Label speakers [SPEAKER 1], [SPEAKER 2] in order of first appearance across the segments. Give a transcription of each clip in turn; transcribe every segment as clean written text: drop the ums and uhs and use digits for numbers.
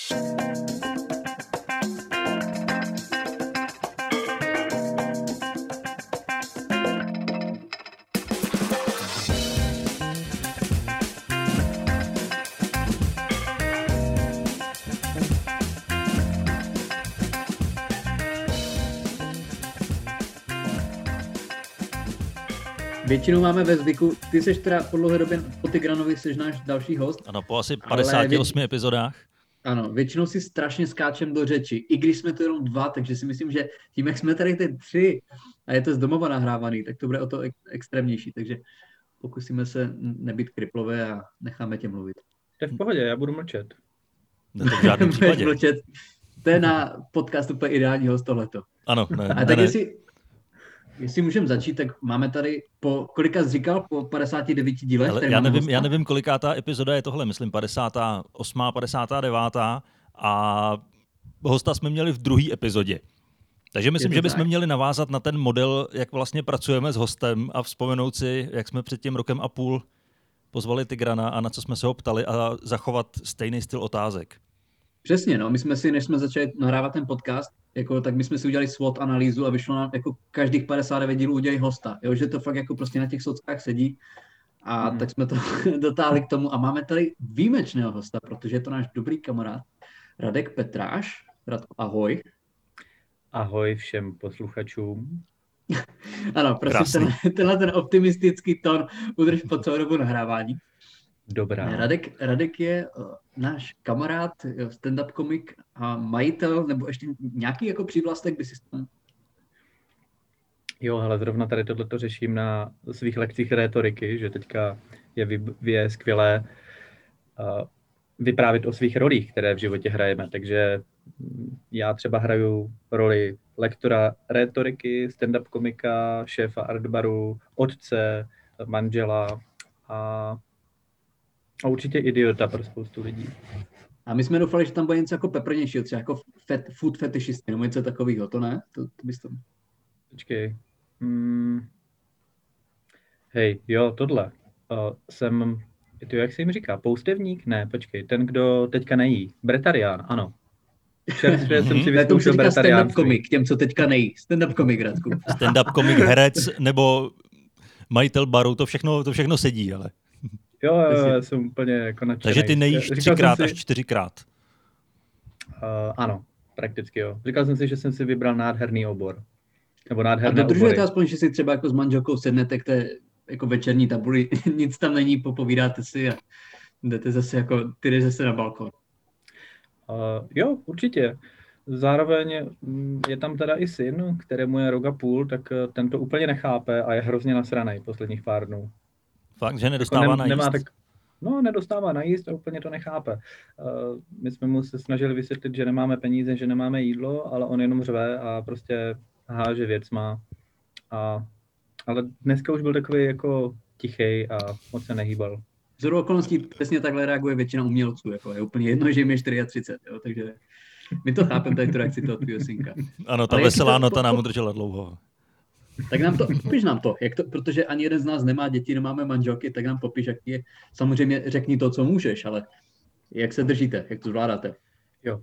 [SPEAKER 1] Většinou máme ve zvyku, ty seš teda po dlouhé době po Tigranovi, seš náš další host.
[SPEAKER 2] Ano, po asi 58 epizodách.
[SPEAKER 1] Ano, většinou si strašně skáčem do řeči, i když jsme to jenom 2, takže si myslím, že tím, jak jsme tady ty 3 a je to z domova nahrávaný, tak to bude o to extrémnější, takže pokusíme se nebýt kriplové a necháme tě mluvit.
[SPEAKER 3] To je v pohodě, já budu mlčet.
[SPEAKER 2] Ne, to v žádném případě.
[SPEAKER 1] Mlčet. To je na podcast úplně ideální host tohleto.
[SPEAKER 2] Ano, ne.
[SPEAKER 1] A tak jestli můžeme začít, tak máme tady kolika jsi říkal, po 59 dílech?
[SPEAKER 2] Ale já nevím, kolikátá epizoda je tohle, myslím 58., 59. a hosta jsme měli v druhé epizodě. Takže myslím, že bychom měli navázat na ten model, jak vlastně pracujeme s hostem a vzpomenout si, jak jsme před tím rokem a půl pozvali Tigrana a na co jsme se ho ptali a zachovat stejný styl otázek.
[SPEAKER 1] Přesně, no. My jsme si, než jsme začali nahrávat ten podcast, tak my jsme si udělali SWOT analýzu a vyšlo nám, jako každých 59 dílů udělají hosta. Jo, že to fakt jako prostě na těch sockách sedí. A tak jsme to dotáhli k tomu. A máme tady výjimečného hosta, protože je to náš dobrý kamarád Radek Petráš. Radku, ahoj.
[SPEAKER 3] Ahoj všem posluchačům.
[SPEAKER 1] Ano, prosím, tenhle ten optimistický tón udrž po celou dobu nahrávání.
[SPEAKER 3] Dobrá.
[SPEAKER 1] Radek je náš kamarád, stand-up komik a majitel, nebo ještě nějaký jako přívlastek by si tam...
[SPEAKER 3] Jo, ale zrovna tady tohleto řeším na svých lekcích rétoriky, že teďka je skvělé vyprávět o svých rolích, které v životě hrajeme. Takže já třeba hraju roli lektora rétoriky, stand-up komika, šéfa artbaru, otce, manžela a určitě idiota pro spoustu lidí.
[SPEAKER 1] A my jsme doufali, že tam bude něco jako peprnějšího, třeba jako food fetišisty, nebo něco takového, to ne? To bys to...
[SPEAKER 3] Počkej. Hej, jo, tohle. Jak se jim říká? Poustevník? Ne, počkej, ten, kdo teďka nejí. Bretarián, ano. Čerstvě jsem si vyzkoušel bretariánství.
[SPEAKER 1] Stand-up komik, těm, co teďka nejí. Stand-up komik, Radku.
[SPEAKER 2] Stand-up komik, herec nebo majitel baru, to všechno sedí, ale...
[SPEAKER 3] Jo, jsem úplně jako nadšenej.
[SPEAKER 2] Takže ty nejíš 3x až 4x.
[SPEAKER 3] Ano, prakticky jo. Říkal jsem si, že jsem si vybral nádherný obor. Nebo nádherné obory.
[SPEAKER 1] A dodržujete aspoň, že si třeba jako s manželkou sednete k té jako večerní tabuli, nic tam není, popovídáte si a jdete zase jako, ty jdeš zase na balkon.
[SPEAKER 3] Jo, určitě. Zároveň je tam teda i syn, kterému je rok a půl, tak ten to úplně nechápe a je hrozně nasranej posledních pár dnů.
[SPEAKER 2] Fakt, že nedostává najíst?
[SPEAKER 3] Nedostává najíst a úplně to nechápe. My jsme mu se snažili vysvětlit, že nemáme peníze, že nemáme jídlo, ale on jenom řve a prostě háže věcma. Ale dneska už byl takový jako tichej a moc se nehýbal.
[SPEAKER 1] Vzhledem okolností přesně takhle reaguje většina umělců. Jako je úplně jedno, že jim je 34, jo, takže my to chápeme, tady tu reakci toho tvýho synka.
[SPEAKER 2] Ano, ta veselá nota nám udržela dlouho.
[SPEAKER 1] Tak popiš nám to, protože ani jeden z nás nemá děti, nemáme manželky, tak nám popiš, jak je. Samozřejmě řekni to, co můžeš, ale jak se držíte, jak to zvládáte?
[SPEAKER 3] Jo.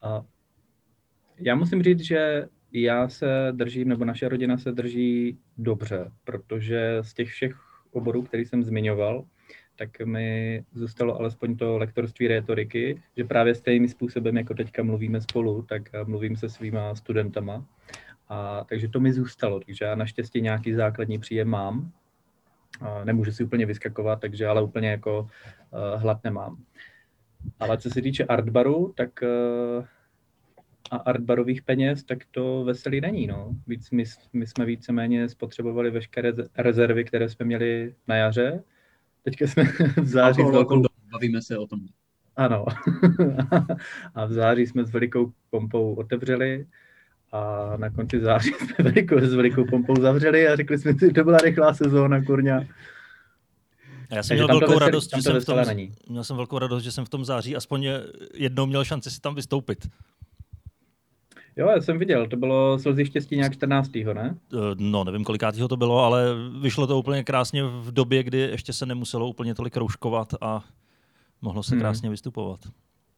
[SPEAKER 3] Já musím říct, že já se držím, nebo naše rodina se drží dobře, protože z těch všech oborů, který jsem zmiňoval, tak mi zůstalo alespoň to lektorství rétoriky, že právě stejným způsobem, jako teďka mluvíme spolu, tak mluvím se svýma studentama. Takže to mi zůstalo, takže já naštěstí nějaký základní příjem mám. Nemůžu si úplně vyskakovat, ale úplně jako hlad nemám. Ale co se týče artbaru, tak a artbarových peněz, tak to veselý není. No. My jsme víceméně spotřebovali veškeré rezervy, které jsme měli na jaře. Teďka jsme v září...
[SPEAKER 1] Bavíme se o tom.
[SPEAKER 3] Ano. A v září jsme s velikou pompou otevřeli a na konci září jsme s velikou pompou zavřeli a řekli jsme si, že to byla rychlá sezóna, kurňa.
[SPEAKER 2] Já jsem měl velkou radost, že jsem v tom září aspoň jednou měl šanci si tam vystoupit.
[SPEAKER 3] Jo, já jsem viděl, to bylo Slzy štěstí nějak 14. ne?
[SPEAKER 2] No, nevím, kolikátýho to bylo, ale vyšlo to úplně krásně v době, kdy ještě se nemuselo úplně tolik rouškovat a mohlo se krásně vystupovat.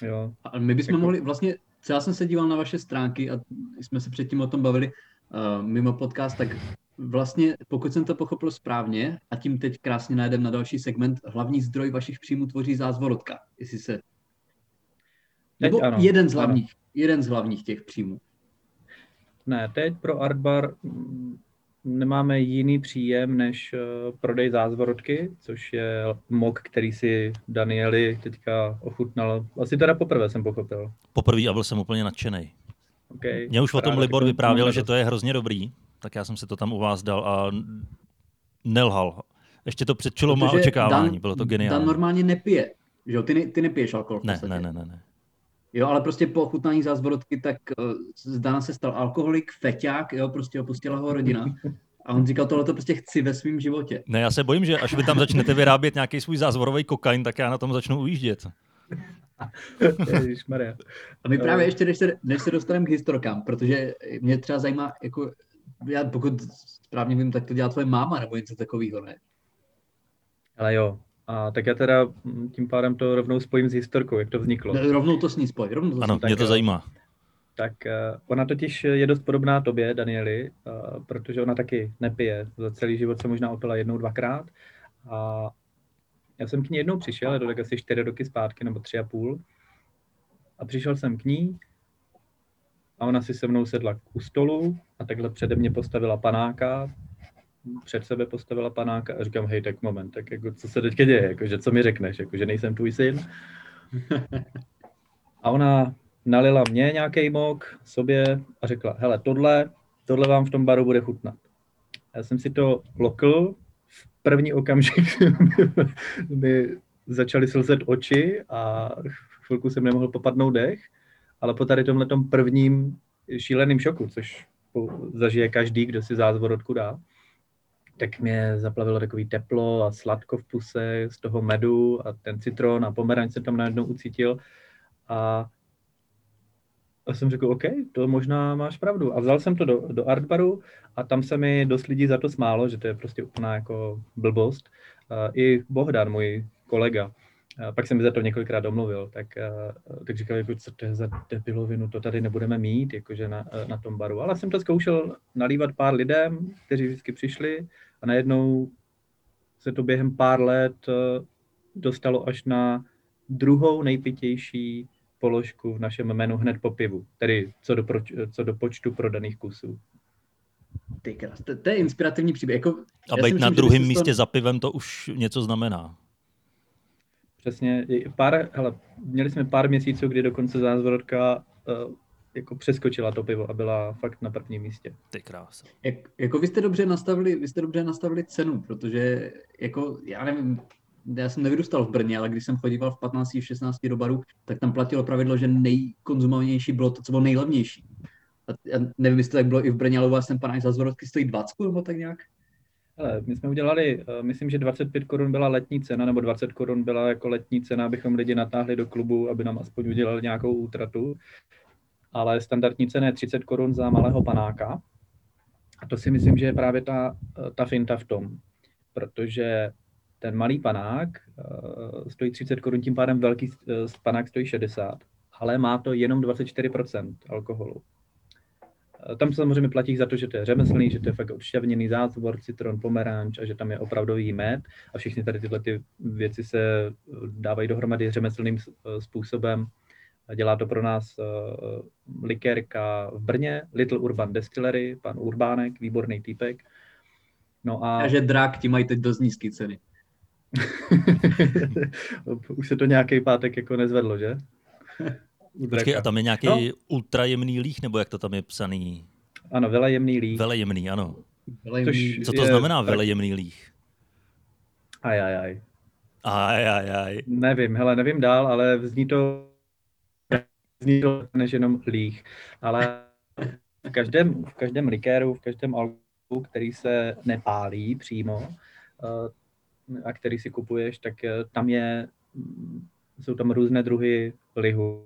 [SPEAKER 3] Jo.
[SPEAKER 1] A my bychom mohli, vlastně, já jsem se díval na vaše stránky a jsme se předtím o tom bavili mimo podcast, tak vlastně, pokud jsem to pochopil správně, a tím teď krásně najdem na další segment, hlavní zdroj vašich příjmů tvoří zázvorotka, jestli se...
[SPEAKER 3] Teď
[SPEAKER 1] Nebo
[SPEAKER 3] ano,
[SPEAKER 1] jeden z hlavních těch příjmů.
[SPEAKER 3] Ne, teď pro Artbar nemáme jiný příjem než prodej zázvorotky, což je mok, který si Danieli teďka ochutnal. Asi teda poprvé jsem pochopil.
[SPEAKER 2] Poprvé a byl jsem úplně nadšenej.
[SPEAKER 3] Okay.
[SPEAKER 2] Mě už o tom Libor vyprávěl, že to je hrozně dobrý, tak já jsem si to tam u vás dal a nelhal. Ještě to předčilo má očekávání, bylo to geniální.
[SPEAKER 1] Dan normálně nepije, že jo? Ty nepiješ alkohol v podstatě.
[SPEAKER 2] Ne.
[SPEAKER 1] Jo, ale prostě po ochutnání zázvorotky, tak z Dana se stal alkoholik, feťák, jo, prostě opustila ho rodina. A on říkal, tohle to prostě chci ve svém životě.
[SPEAKER 2] Ne, já se bojím, že až vy tam začnete vyrábět nějaký svůj zázvorový kokain, tak já na tom začnu ujíždět.
[SPEAKER 3] Ježišmarja.
[SPEAKER 1] A my právě ještě, než se dostaneme k historkám, protože mě třeba zajímá, jako, já pokud správně vím, tak to dělá tvoje máma nebo něco takového, ne?
[SPEAKER 3] Ale jo. A tak já teda tím pádem to rovnou spojím s historkou, jak to vzniklo.
[SPEAKER 1] Rovnou to s ní spoj.
[SPEAKER 2] Ano, mě to zajímá.
[SPEAKER 3] Tak ona totiž je dost podobná tobě, Danieli, protože ona taky nepije. Za celý život se možná opila 1, 2krát. A já jsem k ní jednou přišel, je to tak asi 4 roky zpátky, nebo 3,5. A přišel jsem k ní a ona si se mnou sedla u stolu a takhle přede mě postavila panáka, před sebe postavila panáka a říkám, hej, tak moment, tak jako, co se teďka děje, jako, že co mi řekneš, jako, že nejsem tvůj syn. A ona nalila mě nějaký mok sobě a řekla, hele, tohle vám v tom baru bude chutnat. Já jsem si to lokl, v první okamžik mi začaly slzet oči a chvilku jsem nemohl popadnout dech, ale po tady tomhletom prvním šíleným šoku, což zažije každý, kdo si zázvorotku dá, tak mě zaplavilo takový teplo a sladko v puse z toho medu a ten citron a pomeranč jsem tam najednou ucítil a jsem řekl, OK, to možná máš pravdu. A vzal jsem to do Artbaru a tam se mi dost lidí za to smálo, že to je prostě úplná jako blbost. I Bohdan, můj kolega, pak jsem mi za to několikrát domluvil, tak říkal, jako, co to je za debilovinu, to tady nebudeme mít, jakože na tom baru. Ale jsem to zkoušel nalívat pár lidem, kteří vždycky přišli a najednou se to během pár let dostalo až na druhou nejpitější položku v našem menu hned po pivu, tedy co do počtu prodaných kusů.
[SPEAKER 1] Ty krás, to je inspirativní příběh. Jako,
[SPEAKER 2] a být na druhém místě za pivem, to už něco znamená.
[SPEAKER 3] Přesně. Měli jsme pár měsíců, kdy dokonce zázvorotka jako přeskočila to pivo a byla fakt na prvním místě.
[SPEAKER 2] Ty krása.
[SPEAKER 1] Jako vy jste dobře nastavili cenu, protože jako, já nevím, já jsem nevyrůstal v Brně, ale když jsem chodíval v 15, 16 do baru, tak tam platilo pravidlo, že nejkonzumovanější bylo to, co bylo nejlevnější. A já nevím, jestli to tak bylo i v Brně, ale u vás ten panák zázvorotky stojí 20 nebo tak nějak?
[SPEAKER 3] Hele, my jsme udělali, myslím, že 25 korun byla letní cena, nebo 20 korun byla jako letní cena, abychom lidi natáhli do klubu, aby nám aspoň udělali nějakou útratu. Ale standardní cena je 30 korun za malého panáka. A to si myslím, že je právě ta finta v tom. Protože ten malý panák stojí 30 korun, tím pádem velký panák stojí 60, ale má to jenom 24% alkoholu. Tam samozřejmě platí za to, že to je řemeslný, že to je fakt odšťavněný zázvor, citron, pomeranč a že tam je opravdový med a všechny tady tyhle ty věci se dávají dohromady řemeslným způsobem. Dělá to pro nás likérka v Brně, Little Urban Distillery, pan Urbánek, výborný týpek. No a
[SPEAKER 1] že drák, ti mají teď dost nízké ceny.
[SPEAKER 3] Už se to nějaký pátek jako nezvedlo, že?
[SPEAKER 2] Počkej, a tam je nějaký ultrajemný líh, nebo jak to tam je psaný?
[SPEAKER 3] Ano, velejemný líh.
[SPEAKER 2] Velejemný, ano. Co to
[SPEAKER 3] je
[SPEAKER 2] znamená velejemný líh?
[SPEAKER 3] Ajajaj.
[SPEAKER 2] Nevím,
[SPEAKER 3] nevím dál, ale zní to než jenom líh. Ale v každém likéru, v každém alkoholu, který se nepálí přímo a který si kupuješ, tak tam jsou tam různé druhy lihu.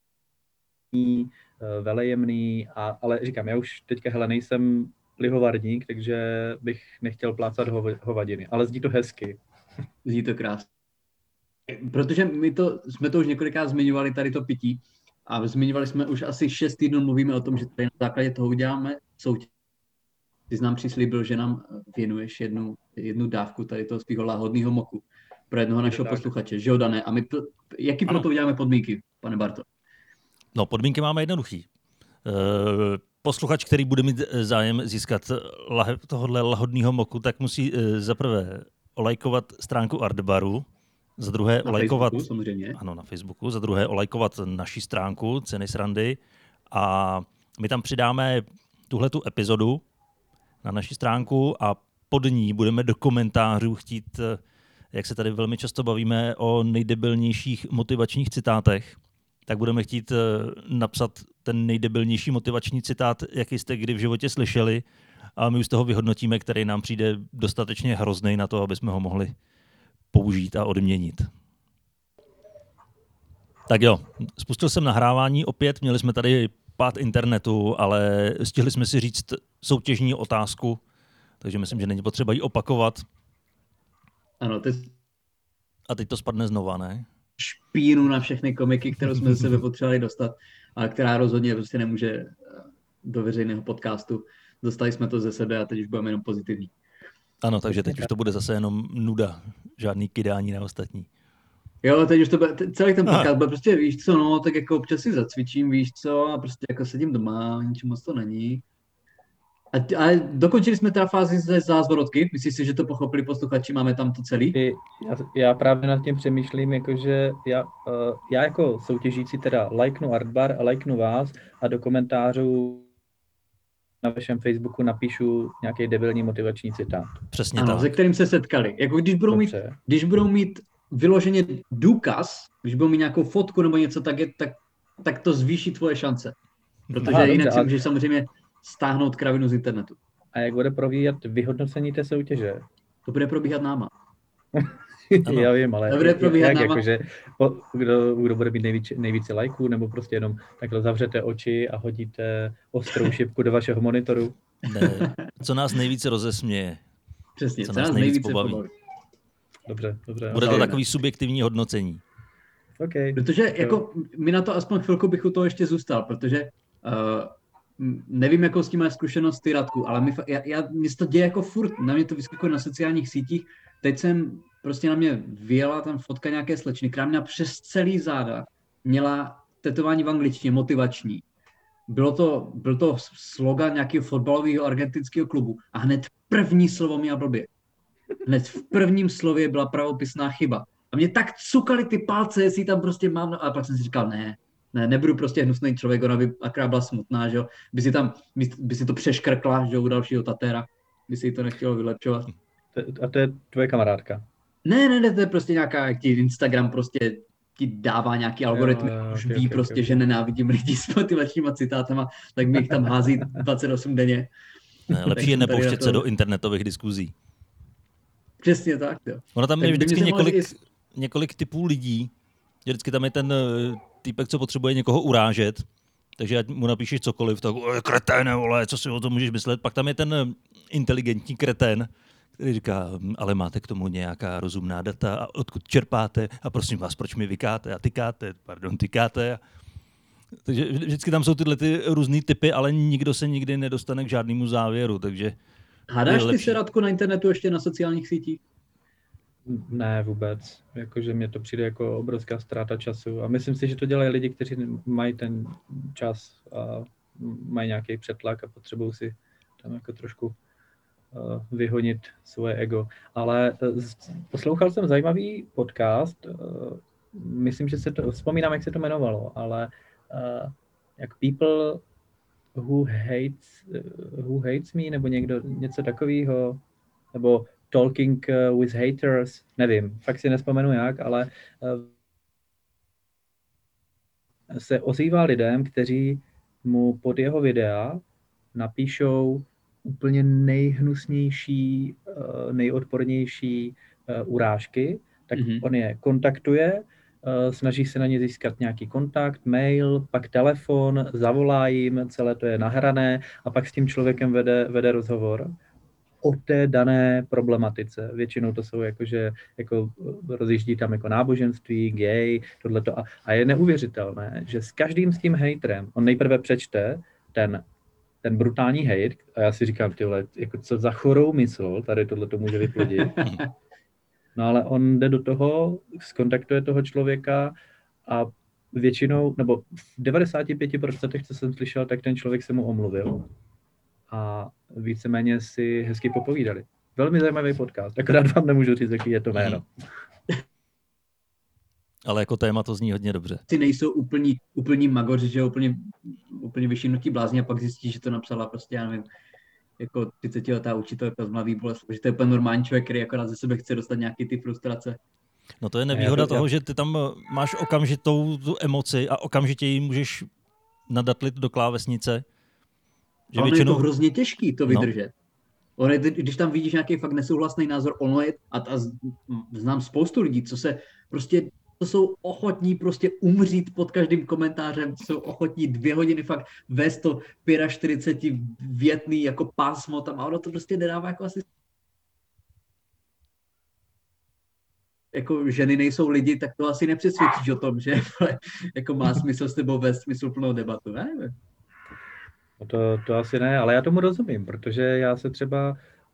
[SPEAKER 3] Velejemný, ale říkám, já už teďka nejsem lihovarník, takže bych nechtěl plácat hovadiny, ale zní to hezky.
[SPEAKER 1] Zní to krásně. Protože jsme to už několikrát zmiňovali, tady to pití, a zmiňovali jsme už asi 6 týdnů, mluvíme o tom, že tady na základě toho uděláme soutěž. Ty jsi nám přislíbil, že nám věnuješ jednu dávku tady toho svého lahodného moku pro jednoho našeho posluchače, že jo, Dané? A my jaký pro to uděláme podmínky, pane Barto?
[SPEAKER 2] No, podmínky máme jednoduchý. Posluchač, který bude mít zájem získat tohohle lahodného moku, tak musí zaprvé olajkovat stránku Artbaru, za druhé olajkovat na Facebooku, za druhé olajkovat naši stránku Ceny srandy a my tam přidáme tuhletu epizodu na naši stránku a pod ní budeme do komentářů chtít, jak se tady velmi často bavíme o nejdebilnějších motivačních citátech, tak budeme chtít napsat ten nejdebilnější motivační citát, jaký jste kdy v životě slyšeli, a my už z toho vyhodnotíme, který nám přijde dostatečně hrozný na to, aby jsme ho mohli použít a odměnit. Tak jo, spustil jsem nahrávání opět, měli jsme tady pád internetu, ale stihli jsme si říct soutěžní otázku, takže myslím, že není potřeba ji opakovat.
[SPEAKER 1] Ano,
[SPEAKER 2] a teď to spadne znova, ne?
[SPEAKER 1] Špínu na všechny komiky, kterou jsme ze sebe potřebovali dostat, ale která rozhodně prostě nemůže do veřejného podcastu. Dostali jsme to ze sebe a teď už budeme jenom pozitivní.
[SPEAKER 2] Ano, takže teď už to bude zase jenom nuda, žádný kydání na ostatní.
[SPEAKER 1] Jo, teď už to bude, celý ten podcast bude prostě, víš co, no, tak jako občas si zacvičím, víš co, a prostě jako sedím doma, ničím moc to není. A dokončili jsme teda fázi ze zázvorotky, myslíš si, že to pochopili posluchači, máme tam to celý?
[SPEAKER 3] Já právě nad tím přemýšlím, jakože já jako soutěžící teda lajknu Artbar a lajknu vás a do komentářů na vašem Facebooku napíšu nějaký debilní motivační citát.
[SPEAKER 2] Přesně
[SPEAKER 1] ano,
[SPEAKER 2] tak.
[SPEAKER 1] se kterým se setkali. Jako když budou mít vyloženě důkaz, když budou mít nějakou fotku nebo něco, tak to zvýší tvoje šance. Protože jinak si můžeš samozřejmě stáhnout kravinu z internetu.
[SPEAKER 3] A jak bude probíhat vyhodnocení té soutěže?
[SPEAKER 1] To bude probíhat náma.
[SPEAKER 3] Já vím, ale
[SPEAKER 1] jak
[SPEAKER 3] jakože, kdo bude mít nejvíce lajků, nebo prostě jenom takhle zavřete oči a hodíte ostrou šipku do vašeho monitoru?
[SPEAKER 2] Ne, co nás nejvíce rozesměje.
[SPEAKER 1] Přesně, co nás nejvíce pobaví.
[SPEAKER 3] Dobře.
[SPEAKER 2] Bude to takový subjektivní hodnocení.
[SPEAKER 3] Okay.
[SPEAKER 1] Protože jako my na to aspoň chvilku bych u toho ještě zůstal, protože nevím, jakou s tím máš zkušenost ty, Radku, ale mě se to děje jako furt, na mě to vyskakuje na sociálních sítích. Teď jsem prostě na mě vyjela tam fotka nějaké slečny, která měla přes celý záda, měla tetování v angličtině, motivační. Byl to slogan nějakého fotbalového argentinského klubu a hned první slovo měla blbě. Hned v prvním slově byla pravopisná chyba. A mě tak cukaly ty palce, jestli tam prostě mám, a pak jsem si říkal, nebudu prostě hnusný člověk, ona by akorát byla smutná, že jo, by si to přeškrkla, že jo, u dalšího tatéra, by si to nechtělo vylepšovat.
[SPEAKER 3] A to je tvoje kamarádka?
[SPEAKER 1] Ne, to je prostě nějaká, jak ti Instagram prostě ti dává nějaký algoritmy, už ví prostě, že nenávidím lidi s motivačníma citátama, tak mi jich tam hází 28 denně.
[SPEAKER 2] Ne, lepší je nepouštět se do internetových diskuzí.
[SPEAKER 1] Přesně tak, jo.
[SPEAKER 2] Ono tam je vždycky několik typů lidí, že vždycky tam je ten týpek, co potřebuje někoho urážet, takže ať mu napíšeš cokoliv, tak kreténe, vole, co si o tom můžeš myslet. Pak tam je ten inteligentní kretén, který říká, ale máte k tomu nějaká rozumná data a odkud čerpáte a prosím vás, proč mi vykáte a tykáte. Takže vždycky tam jsou tyhle ty různý typy, ale nikdo se nikdy nedostane k žádnému závěru, takže...
[SPEAKER 1] Hádáš ty se, Radku, na internetu ještě na sociálních sítích?
[SPEAKER 3] Ne, vůbec. Jakože mně to přijde jako obrovská ztráta času a myslím si, že to dělají lidi, kteří mají ten čas a mají nějaký přetlak a potřebují si tam jako trošku vyhonit svoje ego. Ale poslouchal jsem zajímavý podcast, myslím, že vzpomínám, jak se to jmenovalo, ale jak People Who Hates Me, nebo něco takového, nebo Talking with Haters, nevím, fakt si nespomenu jak, ale se ozývá lidem, kteří mu pod jeho videa napíšou úplně nejhnusnější, nejodpornější urážky, tak on je kontaktuje, snaží se na ně získat nějaký kontakt, mail, pak telefon, zavolá jim, celé to je nahrané a pak s tím člověkem vede rozhovor. o té dané problematice. Většinou to jsou jako rozjíždí tam jako náboženství, gay, tohleto. A je neuvěřitelné, že s každým s tím hejtrem on nejprve přečte ten brutální hejt, a já si říkám, tyhle, jako co za chorou mysl tady tohleto může vyplodit. No ale on jde do toho, skontaktuje toho člověka a většinou, nebo v 95%, co jsem slyšel, tak ten člověk se mu omluvil a víceméně si hezky popovídali. Velmi zajímavý podcast, akorát vám nemůžu říct, jaký je to jméno.
[SPEAKER 2] Ale jako téma to zní hodně dobře.
[SPEAKER 1] Ty nejsou úplní magoři, že úplně vyšinutí blázni a pak zjistí, že to napsala prostě, já nevím, jako 30letá učitelka z Mladý Boleslav, že to je úplně normální člověk, který akorát ze sebe chce dostat nějaký ty frustrace.
[SPEAKER 2] No to je nevýhoda toho, že ty tam máš okamžitou tu emoci a okamžitě ji můžeš nadatlit do klávesnice.
[SPEAKER 1] Že většinou... je to hrozně těžký to vydržet. No. Když tam vidíš nějaký fakt nesouhlasný názor, ono je, a znám spoustu lidí, co se prostě, to jsou ochotní prostě umřít pod každým komentářem, jsou ochotní 2 hodiny fakt vést to 45 větný jako pásmo tam a ono to prostě nedává jako asi. Jako ženy nejsou lidi, tak to asi nepřesvědčíš o tom, že jako má smysl s tebou vést smysluplnou debatu, ne?
[SPEAKER 3] To asi ne, ale já tomu rozumím, protože já se třeba,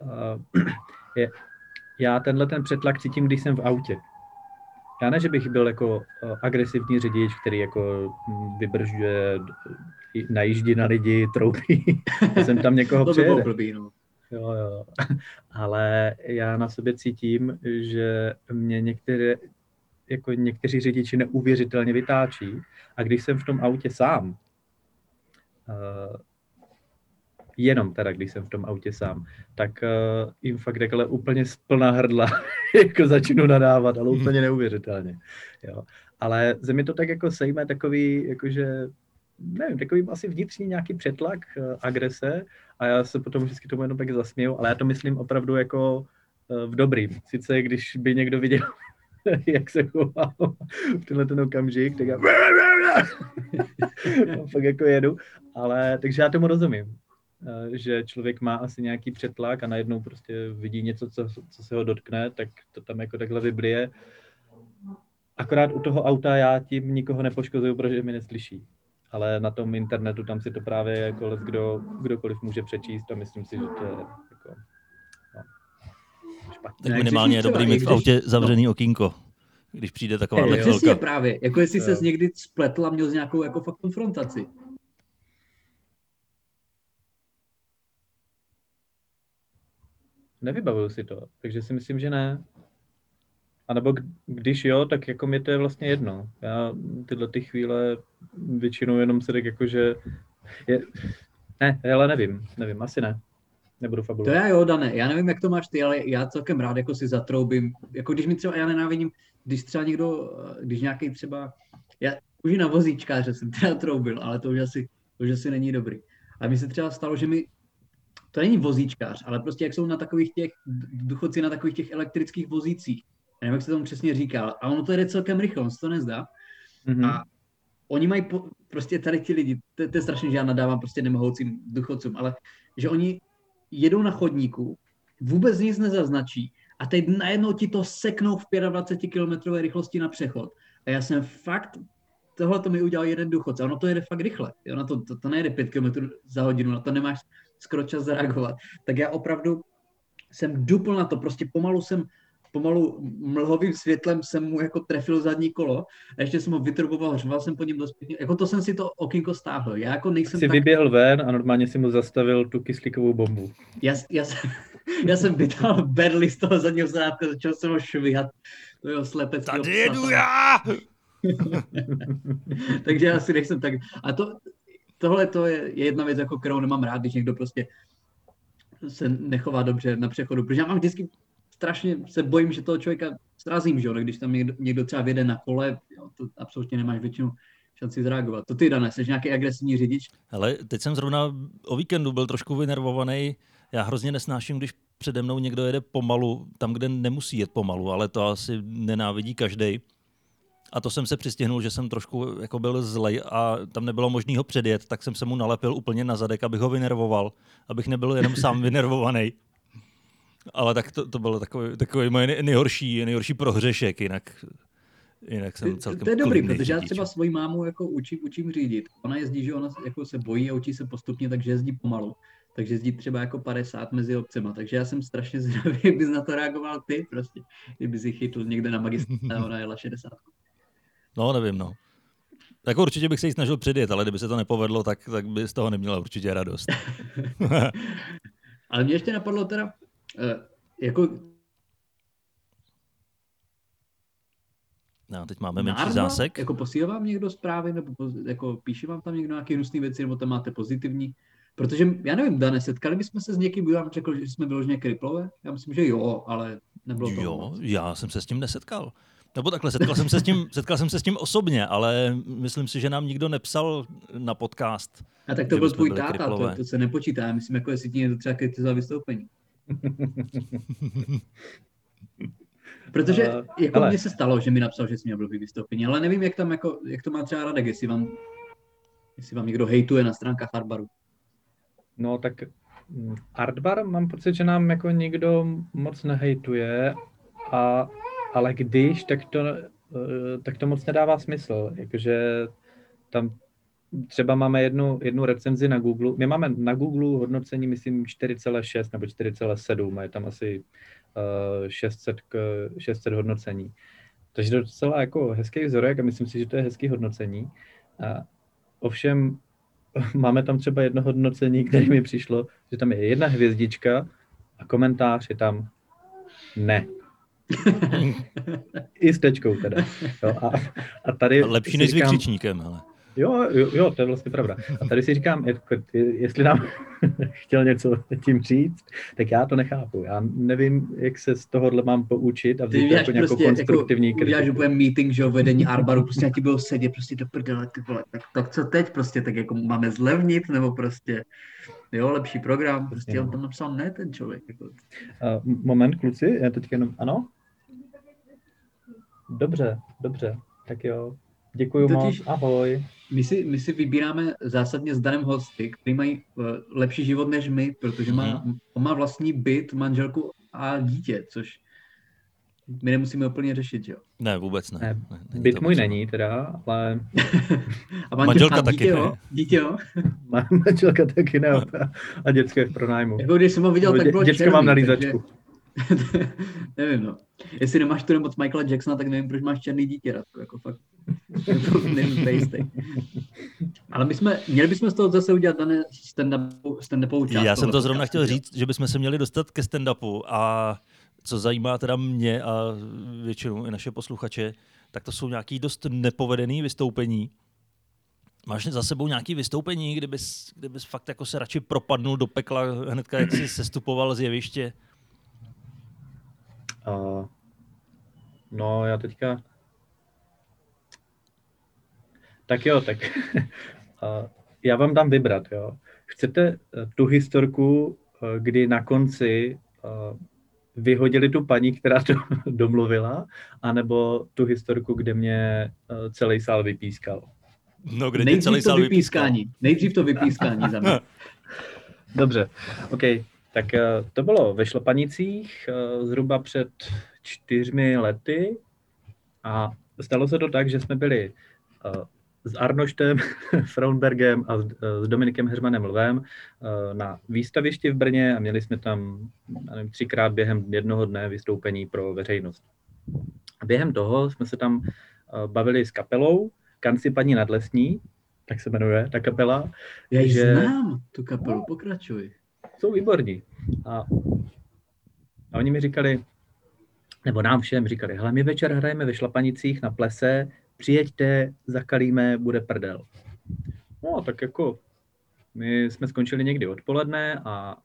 [SPEAKER 3] já tenhle ten přetlak cítím, když jsem v autě. Já ne, že bych byl jako agresivní řidič, který jako vybržuje, najíždí na lidi, troubí, jsem tam někoho přijede.
[SPEAKER 1] To by bylo blbý, no.
[SPEAKER 3] Jo. Ale já na sobě cítím, že mě někteří řidiči neuvěřitelně vytáčí a když jsem v tom autě sám, jenom teda, když jsem v tom autě sám, tak jim fakt takhle úplně z plná hrdla jako začnu nadávat, ale úplně neuvěřitelně. Jo. Ale ze mě to tak jako sejme takový, jakože, nevím, takový asi vnitřní nějaký přetlak, agrese a já se potom vždycky tomu jenom tak zasměju, ale já to myslím opravdu jako v dobrým. Sice když by někdo viděl, jak se chovám v tenhle ten okamžik, tak já fakt jako jedu, ale takže já tomu rozumím, že člověk má asi nějaký přetlak a najednou prostě vidí něco, co se ho dotkne, tak to tam jako takhle vyblije. Akorát u toho auta já tím nikoho nepoškozuju, protože mi neslyší. Ale na tom internetu tam si to právě jako kdokoliv může přečíst a myslím si, že to je jako
[SPEAKER 2] špatně. Tak minimálně je dobrý mít v autě zavřený okýnko, když přijde taková chvilka.
[SPEAKER 1] Přesně právě, jako jestli ses někdy spletl a měl z nějakou jako fakt konfrontaci.
[SPEAKER 3] Nevybavuju si to, takže si myslím, že ne. A nebo když jo, tak jako mi to je vlastně jedno. Já tyhle ty chvíle většinou jenom se tak jako, že ne, ale nevím, asi ne. Nebudu fabulovat.
[SPEAKER 1] To já jo, Dane, já nevím, jak to máš ty, ale já celkem rád jako si zatroubím. Jako když mi třeba, já nenávidím, když třeba někdo, když nějaký třeba, já už i na vozíčkáře jsem teda troubil, ale to už asi není dobrý. A mi se třeba stalo, že to není vozíčkář, ale prostě jak jsou na takových těch, důchodci na takových těch elektrických vozících. Já nevím, jak se tomu přesně říká, a ono to jde celkem rychle, on se to nezdá. Mm-hmm. A oni mají prostě tady ti lidi, to je strašně, že já nadávám prostě nemohoucím důchodcům, ale že oni jedou na chodníku, vůbec nic nezaznačí a teď najednou ti to seknou v 25 km rychlosti na přechod. A já jsem fakt, tohle to mi udělal jeden důchodce, ono to jede fakt rychle, jo? To nejde 5 km za hodinu, na to nemáš skoro čas zareagovat. Tak já opravdu jsem dupl na to, prostě pomalu mlhovým světlem jsem mu jako trefil zadní kolo a ještě jsem ho vytruboval, řval jsem po něm dost pěkně. Jako to jsem si to okýnko stáhl. Já jako nejsem
[SPEAKER 3] tak... vyběhl ven a normálně si mu zastavil tu kyslíkovou bombu.
[SPEAKER 1] Já jsem vytáhl berli z toho zadního zrádka, začal jsem ho švihat. To jeho slepeckého
[SPEAKER 2] psa. Tady jedu já!
[SPEAKER 1] Takže já si nejsem tak... A tohle to je jedna věc, jako kterou nemám rád, když někdo prostě se nechová dobře na přechodu, protože já mám vždycky strašně se bojím, že toho člověka srazím, že jo, když tam někdo třeba vjede na kole, jo, to absolutně nemáš většinu šanci zareagovat. To ty, Dane, jsi nějaký agresivní řidič?
[SPEAKER 2] Hele, teď jsem zrovna o víkendu byl trošku vynervovaný. Já hrozně nesnáším, když přede mnou někdo jede pomalu, tam, kde nemusí jet pomalu, ale to asi nenávidí každej. A to jsem se přistihnul, že jsem trošku jako byl zlej a tam nebylo možný ho předjet, tak jsem se mu nalepil úplně na zadek, abych ho vynervoval, abych nebyl jenom sám vynervovaný. Ale tak to bylo takový moje nejhorší prohřešek, jinak jsem celkem
[SPEAKER 1] To je dobrý,
[SPEAKER 2] klidný
[SPEAKER 1] protože já
[SPEAKER 2] řidič.
[SPEAKER 1] třeba svoji mámu jako učím řídit. Ona jezdí, že ona jako se bojí a učí se postupně, takže jezdí pomalu. Takže jezdí třeba jako 50 mezi obcema. Takže já jsem strašně zvědavý, jak bys na to reagoval ty prostě. Kdyby si chytl někde na magistrále a ona jela 60.
[SPEAKER 2] No, nevím, no. Jako určitě bych se jí snažil předjet, ale kdyby se to nepovedlo, tak by z toho neměla určitě radost.
[SPEAKER 1] Ale mě ještě napadlo teda, jako
[SPEAKER 2] No, teď máme menší zásek.
[SPEAKER 1] Jako posílá vám někdo zprávy, nebo jako píše vám tam někdo nějaké hnusné věci, nebo tam máte pozitivní? Protože, já nevím, Dane, setkali bychom se s někým, kdo vám řekl, že jsme vyloženě kriplové? Já myslím, že jo, ale nebylo to.
[SPEAKER 2] Jo, já jsem se s tím nesetkal. Nebo takhle, setkal jsem se s tím osobně, ale myslím si, že nám nikdo nepsal na podcast.
[SPEAKER 1] A tak to byl tvůj táta, to se nepočítá. Já myslím, jako jestli ti někdo třeba kritizoval vystoupení. Protože jako mně se stalo, že mi napsal, že jsi měl blbý vystoupení, ale nevím, jak to má třeba Radek, jestli vám někdo hejtuje na stránkách Artbaru.
[SPEAKER 3] No tak Artbar mám pocit, že nám jako nikdo moc nehejtuje, ale když, tak to moc nedává smysl. Jakože tam třeba máme jednu recenzi na Google. My máme na Google hodnocení, myslím, 4,6 nebo 4,7. Je tam asi 600 hodnocení. Takže to je docela jako hezký vzorek a myslím si, že to je hezký hodnocení. Ovšem máme tam třeba jedno hodnocení, které mi přišlo, že tam je 1 hvězdička a komentář je tam ne. I s tečkou teda. Jo, a tady
[SPEAKER 2] lepší než s vykřičníkem, hele.
[SPEAKER 3] Jo, to je vlastně pravda. A tady si říkám, jestli nám chtěl něco tím říct, tak já to nechápu. Já nevím, jak se z tohohle mám poučit a vzít jako nějakou konstruktivní kritiku.
[SPEAKER 1] Uděláš úplně meeting, že vedení Artbaru, prostě ti budou sedět prostě do prdele, ty vole, tak co teď prostě, tak jako máme zlevnit, nebo prostě, jo, lepší program, prostě on tam napsal ne, ten člověk. Jako.
[SPEAKER 3] Moment, kluci, já teď jenom, ano? Dobře, tak jo. Děkuju moc, ahoj.
[SPEAKER 1] My si vybíráme zásadně s Danem hosty, kteří mají lepší život než my, protože on má vlastní byt, manželku a dítě, což my nemusíme úplně řešit, jo?
[SPEAKER 2] Ne, vůbec ne.
[SPEAKER 3] Byt můj není teda, ale...
[SPEAKER 1] A manželka taky ne. Dítě, jo?
[SPEAKER 3] Manželka taky ne. A děcko je v pronájmu.
[SPEAKER 1] Jako když jsem ho viděl, tak bylo
[SPEAKER 3] děcko
[SPEAKER 1] černý,
[SPEAKER 3] mám na lízačku.
[SPEAKER 1] Nevím, no. Jestli nemáš tu nemoc Michaela Jacksona, tak nevím, proč máš černý dítě, Radko, jako fakt. Nevím, nejistý. Ale měli bychom z toho zase udělat dané stand-upovou část.
[SPEAKER 2] Já jsem to zrovna chtěl říct, že bychom se měli dostat ke stand-upu a co zajímá teda mě a většinou i naše posluchače, tak to jsou nějaký dost nepovedený vystoupení. Máš za sebou nějaké vystoupení, kdybys fakt jako se radši propadnul do pekla hnedka, jak jsi sestupoval z jeviště?
[SPEAKER 3] No, já teďka... Tak jo, tak já vám dám vybrat, jo. Chcete tu historku, kdy na konci vyhodili tu paní, která to domluvila, anebo tu historku, kde mě celý sál vypískal?
[SPEAKER 2] No, kde tě celý sál vypískal?
[SPEAKER 1] Nejdřív to vypískání za mě.
[SPEAKER 3] Dobře, OK. Tak to bylo ve Šlapanicích zhruba před 4 lety a stalo se to tak, že jsme byli s Arnoštem, Fraunbergem a s Dominikem Heřmanem Lvem na výstavišti v Brně a měli jsme tam 3krát během jednoho dne vystoupení pro veřejnost. A během toho jsme se tam bavili s kapelou Kanci paní Nadlesní, tak se jmenuje ta kapela.
[SPEAKER 1] Já ji znám, tu kapelu, pokračuj.
[SPEAKER 3] Jsou výborní. A oni mi říkali, nebo nám všem říkali, hele, my večer hrajeme ve Šlapanicích na plese, přijeďte, zakalíme, bude prdel. No, tak jako my jsme skončili někdy odpoledne a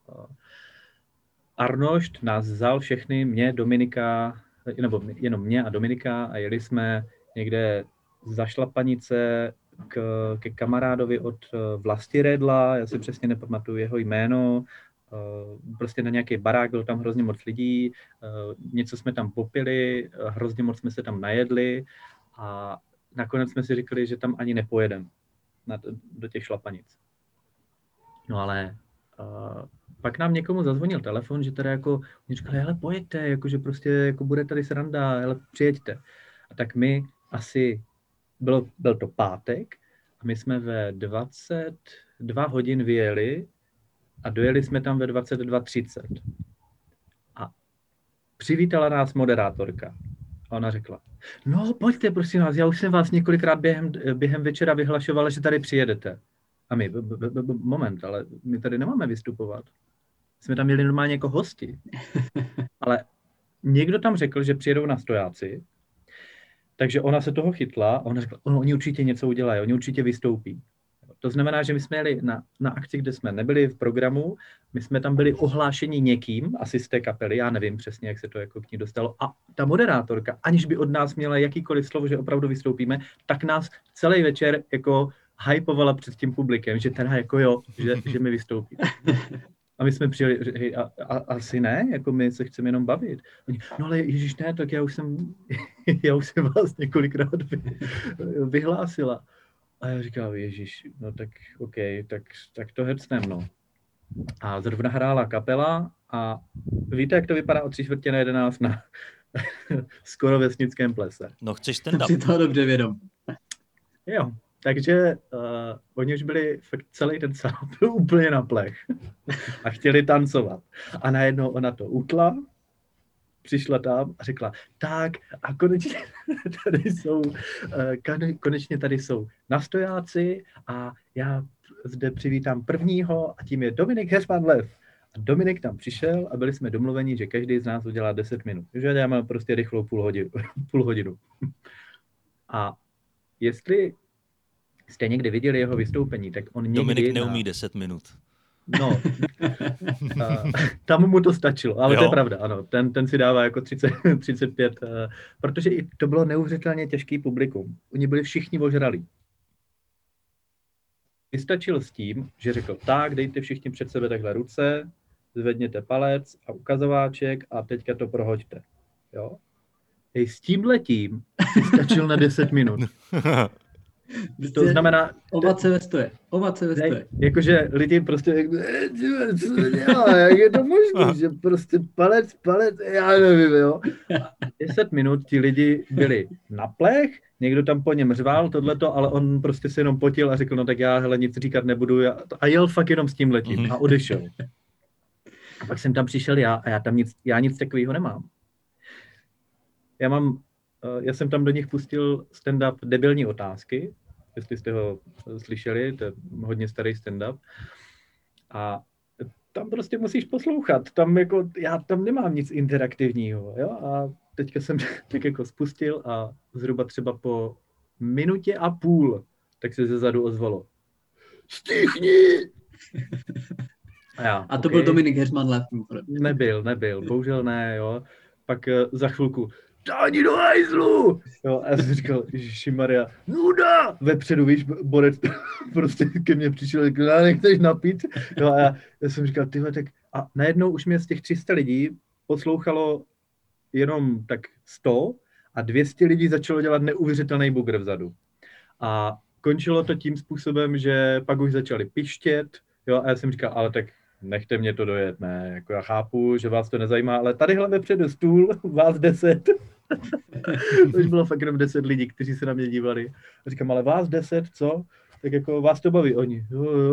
[SPEAKER 3] Arnošt nás vzal všechny, mě, Dominika, nebo jenom mě a Dominika a jeli jsme někde za Šlapanice ke kamarádovi od Vlasti Redla, já si přesně nepamatuju jeho jméno, prostě na nějaký barák, bylo tam hrozně moc lidí, něco jsme tam popili, hrozně moc jsme se tam najedli a nakonec jsme si říkali, že tam ani nepojedeme do těch Šlapanic. No ale pak nám někomu zazvonil telefon, že teda jako, oni říkali, hele, pojďte, jako, že prostě jako bude tady sranda, hele, přijeďte. A tak my asi, byl to pátek, a my jsme ve 22 hodin vyjeli a dojeli jsme tam ve 22:30. A přivítala nás moderátorka. A ona řekla, no pojďte, prosím vás, já už jsem vás několikrát během večera vyhlašovala, že tady přijedete. A my, moment, ale my tady nemáme vystupovat. Jsme tam měli normálně jako hosti. Ale někdo tam řekl, že přijedou na stojáci, takže ona se toho chytla a ona řekla, oni určitě něco udělají, oni určitě vystoupí. To znamená, že my jsme jeli na akci, kde jsme nebyli v programu, my jsme tam byli ohlášeni někým, asi z té kapely, já nevím přesně, jak se to jako k ní dostalo. A ta moderátorka, aniž by od nás měla jakýkoliv slovo, že opravdu vystoupíme, tak nás celý večer jako hypovala před tím publikem, že teda jako jo, že my vystoupíme. A my jsme přijeli, hej, asi ne, jako my se chceme jenom bavit. Oni, no ale ježiš ne, tak já už jsem vás několikrát vyhlásila. A já říkal, ježiš, no tak OK, tak to hecnem, no. A zrovna hrála kapela a víte, jak to vypadá o 11:45 na skoro vesnickém plese.
[SPEAKER 2] No chceš stand-up.
[SPEAKER 1] Si toho dobře vědom.
[SPEAKER 3] Jo, takže oni už byli fakt celý ten sál byl úplně na plech a chtěli tancovat. A najednou ona to utla, přišla tam a řekla, tak a konečně tady jsou nastojáci a já zde přivítám prvního a tím je Dominik Heřman-Lev. A Dominik tam přišel a byli jsme domluveni, že každý z nás udělá 10 minut. Takže děláme prostě rychlou půl hodinu. A jestli jste někdy viděli jeho vystoupení, tak on někdy...
[SPEAKER 2] Dominik neumí 10 minut.
[SPEAKER 3] No, tam mu to stačilo, ale jo. To je pravda, ano, ten si dává jako 35, protože i to bylo neuvěřitelně těžký publikum. Oni byli všichni ožralí. Vystačil s tím, že řekl, tak, dejte všichni před sebe takhle ruce, zvedněte palec a ukazováček a teďka to prohoďte. Jo? Hej, s tímhletím si stačil na 10 minut. To znamená...
[SPEAKER 1] Ovace ve stoje.
[SPEAKER 3] Jakože lidi prostě... Co dělá, jak je to možné, že prostě palec, já nevím, jo. 10 minut ti lidi byli na plech, někdo tam po něm řval tohleto, ale on prostě se jenom potil a řekl, no tak já hele, nic říkat nebudu a jel fakt jenom s tím letím a odešel. A pak jsem tam přišel já a já nic takového nemám. Já jsem tam do nich pustil stand-up Debilní otázky, jestli jste ho slyšeli, to je hodně starý stand-up. A tam prostě musíš poslouchat, já tam nemám nic interaktivního, jo? A teďka jsem tak jako spustil a zhruba třeba po 1,5 minuty tak se zezadu ozvalo. Stichni!
[SPEAKER 1] A to byl Dominik Heřman-Lev.
[SPEAKER 3] Nebyl, bohužel ne, jo. Pak za chvilku Táni do hajzlu! Jo, a já jsem říkal, ježišimaria, nuda! Vepředu, víš, borec prostě ke mně přišel, nechceš napít? Jo, a já jsem říkal, tyhle, tak... A najednou už mě z těch 300 lidí poslouchalo jenom tak 100 a 200 lidí začalo dělat neuvěřitelný bugr vzadu. A končilo to tím způsobem, že pak už začali pištět, jo, a já jsem říkal, ale tak nechte mě to dojet, ne, jako já chápu, že vás to nezajímá, ale tadyhle vepředu stůl, vás 10. To už bylo fakt jenom 10 lidí, kteří se na mě dívali. A říkám, ale vás 10, co? Tak jako vás to baví oni.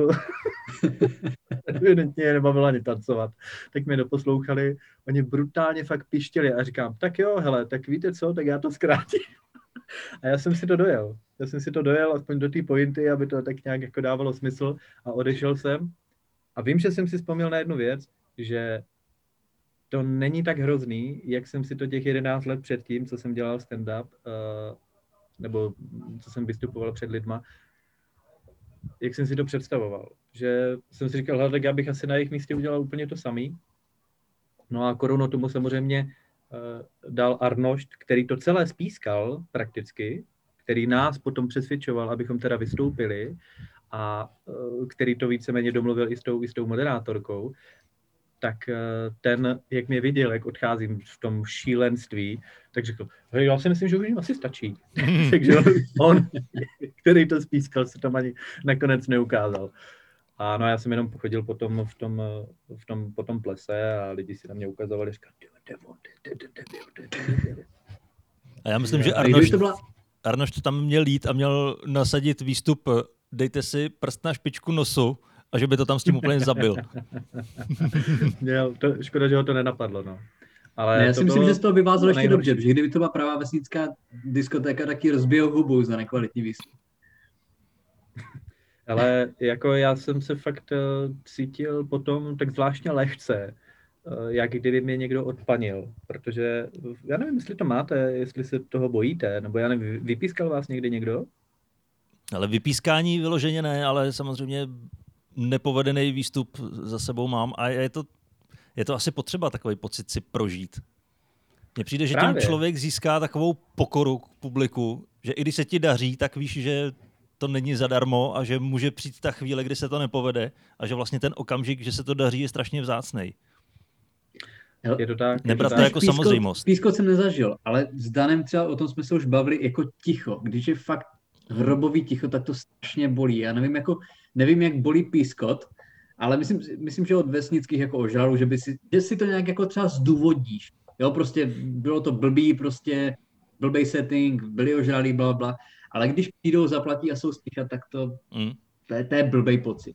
[SPEAKER 3] Evidentně nebavilo ani tancovat. Tak mě doposlouchali, oni brutálně fakt pištěli a říkám, tak jo, hele, tak víte co, tak já to zkrátím. A já jsem si to dojel aspoň do té pointy, aby to tak nějak jako dávalo smysl a odešel jsem. A vím, že jsem si vzpomněl na jednu věc, že to není tak hrozný, jak jsem si to těch 11 let předtím, co jsem dělal stand-up, nebo co jsem vystupoval před lidma, jak jsem si to představoval. Že jsem si říkal, tak já bych asi na jejich místě udělal úplně to samý. No a korunu tomu samozřejmě dal Arnošt, který to celé spískal prakticky, který nás potom přesvědčoval, abychom teda vystoupili a který to víceméně domluvil i s tou moderátorkou, tak ten, jak mě viděl, jak odcházím v tom šílenství, tak řekl, hej, já si myslím, že už jim asi stačí. Takže on, který to spískal, se tam ani nakonec neukázal. A no já jsem jenom pochodil potom po tom plese a lidi si na mě ukazovali, říkali,
[SPEAKER 2] A já myslím, že Arnošt tam měl jít a měl nasadit výstup dejte si prst na špičku nosu a že by to tam s tím úplně zabil.
[SPEAKER 3] Škoda, že ho to nenapadlo, no. Ale
[SPEAKER 1] ne, já si myslím, že z toho vyvázalo ještě dobře, protože kdyby to byla pravá vesnická diskotéka, tak ji rozbijou hubu za nekvalitní výstup.
[SPEAKER 3] Ale jako já jsem se fakt cítil potom tak zvláštně lehce, jak kdyby mě někdo odpanil, protože já nevím, jestli to máte, jestli se toho bojíte, nebo já nevím, vypískal vás někdy někdo?
[SPEAKER 2] Ale vypískání vyloženě ne, ale samozřejmě nepovedený výstup za sebou mám a je to asi potřeba takový pocit si prožít. Mně přijde, že tím člověk získá takovou pokoru k publiku, že i když se ti daří, tak víš, že to není zadarmo a že může přijít ta chvíle, kdy se to nepovede a že vlastně ten okamžik, že se to daří, je strašně vzácnej.
[SPEAKER 3] Je to tak.
[SPEAKER 2] Nebrat to jako samozřejmost.
[SPEAKER 1] Pískot jsem nezažil, ale s Danem třeba o tom jsme se už bavili jako ticho. Když je fakt hrobový ticho, tak to strašně bolí. Já nevím, jak bolí pískot, ale myslím, že od vesnických jako ožralů, že si to nějak jako třeba zdůvodníš. Jo, prostě bylo to blbý setting, byli ožralí, blablabla. Ale když přijdou, zaplatí a jsou sticha, tak to je blbej pocit.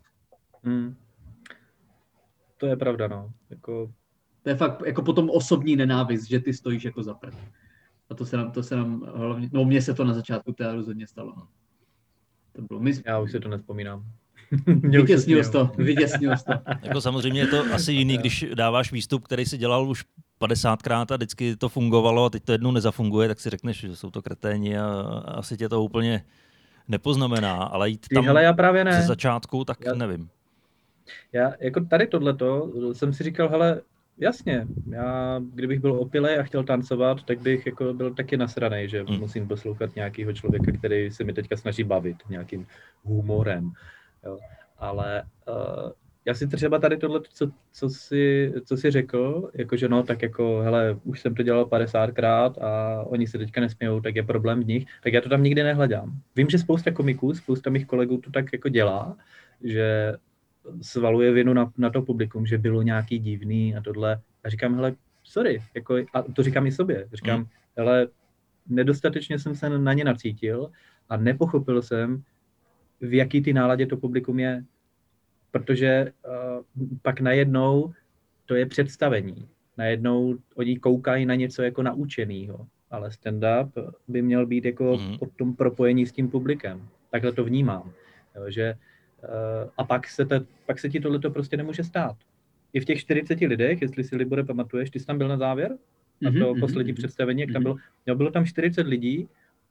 [SPEAKER 3] To je pravda, no.
[SPEAKER 1] To je fakt jako potom osobní nenávist, že ty stojíš jako za prd. A to se nám hlavně, no mně se to na začátku teda rozhodně stalo. To bylo
[SPEAKER 3] Já už si to nevzpomínám.
[SPEAKER 1] Vytěsnil jsi to.
[SPEAKER 2] Jako samozřejmě je to asi jiný, když dáváš výstup, který si dělal už 50krát a vždycky to fungovalo a teď to jednou nezafunguje, tak si řekneš, že jsou to kreténi a asi tě to úplně nepoznamená, ale jít tam ze začátku, tak nevím.
[SPEAKER 3] Já jako tady tohleto jsem si říkal, hele, jasně, já kdybych byl opilej a chtěl tancovat, tak bych jako byl taky nasranej, že musím poslouchat nějakého člověka, který se mi teďka snaží bavit nějakým humorem. Jo. Ale já si třeba tady tohle, co jsi řekl, jakože no, tak jako, hele, už jsem to dělal 50krát a oni se teďka nesmějou, tak je problém v nich, tak já to tam nikdy nehledám. Vím, že spousta komiků, spousta mých kolegů to tak jako dělá, že svaluje vinu na to publikum, že bylo nějaký divný a tohle. A říkám, hele, sorry, jako, a to říkám i sobě, říkám, hele, nedostatečně jsem se na ně nacítil a nepochopil jsem, v jaký ty náladě to publikum je. Protože pak najednou to je představení. Najednou oni koukají na něco jako naučenýho. Ale stand-up by měl být jako o tom propojení s tím publikem. Takhle to vnímám. Jo, že, a pak se ti tohleto prostě nemůže stát. I v těch 40 lidech, jestli si Libore pamatuješ, ty jsi tam byl na závěr? Na to poslední představení, jak tam bylo tam 40 lidí.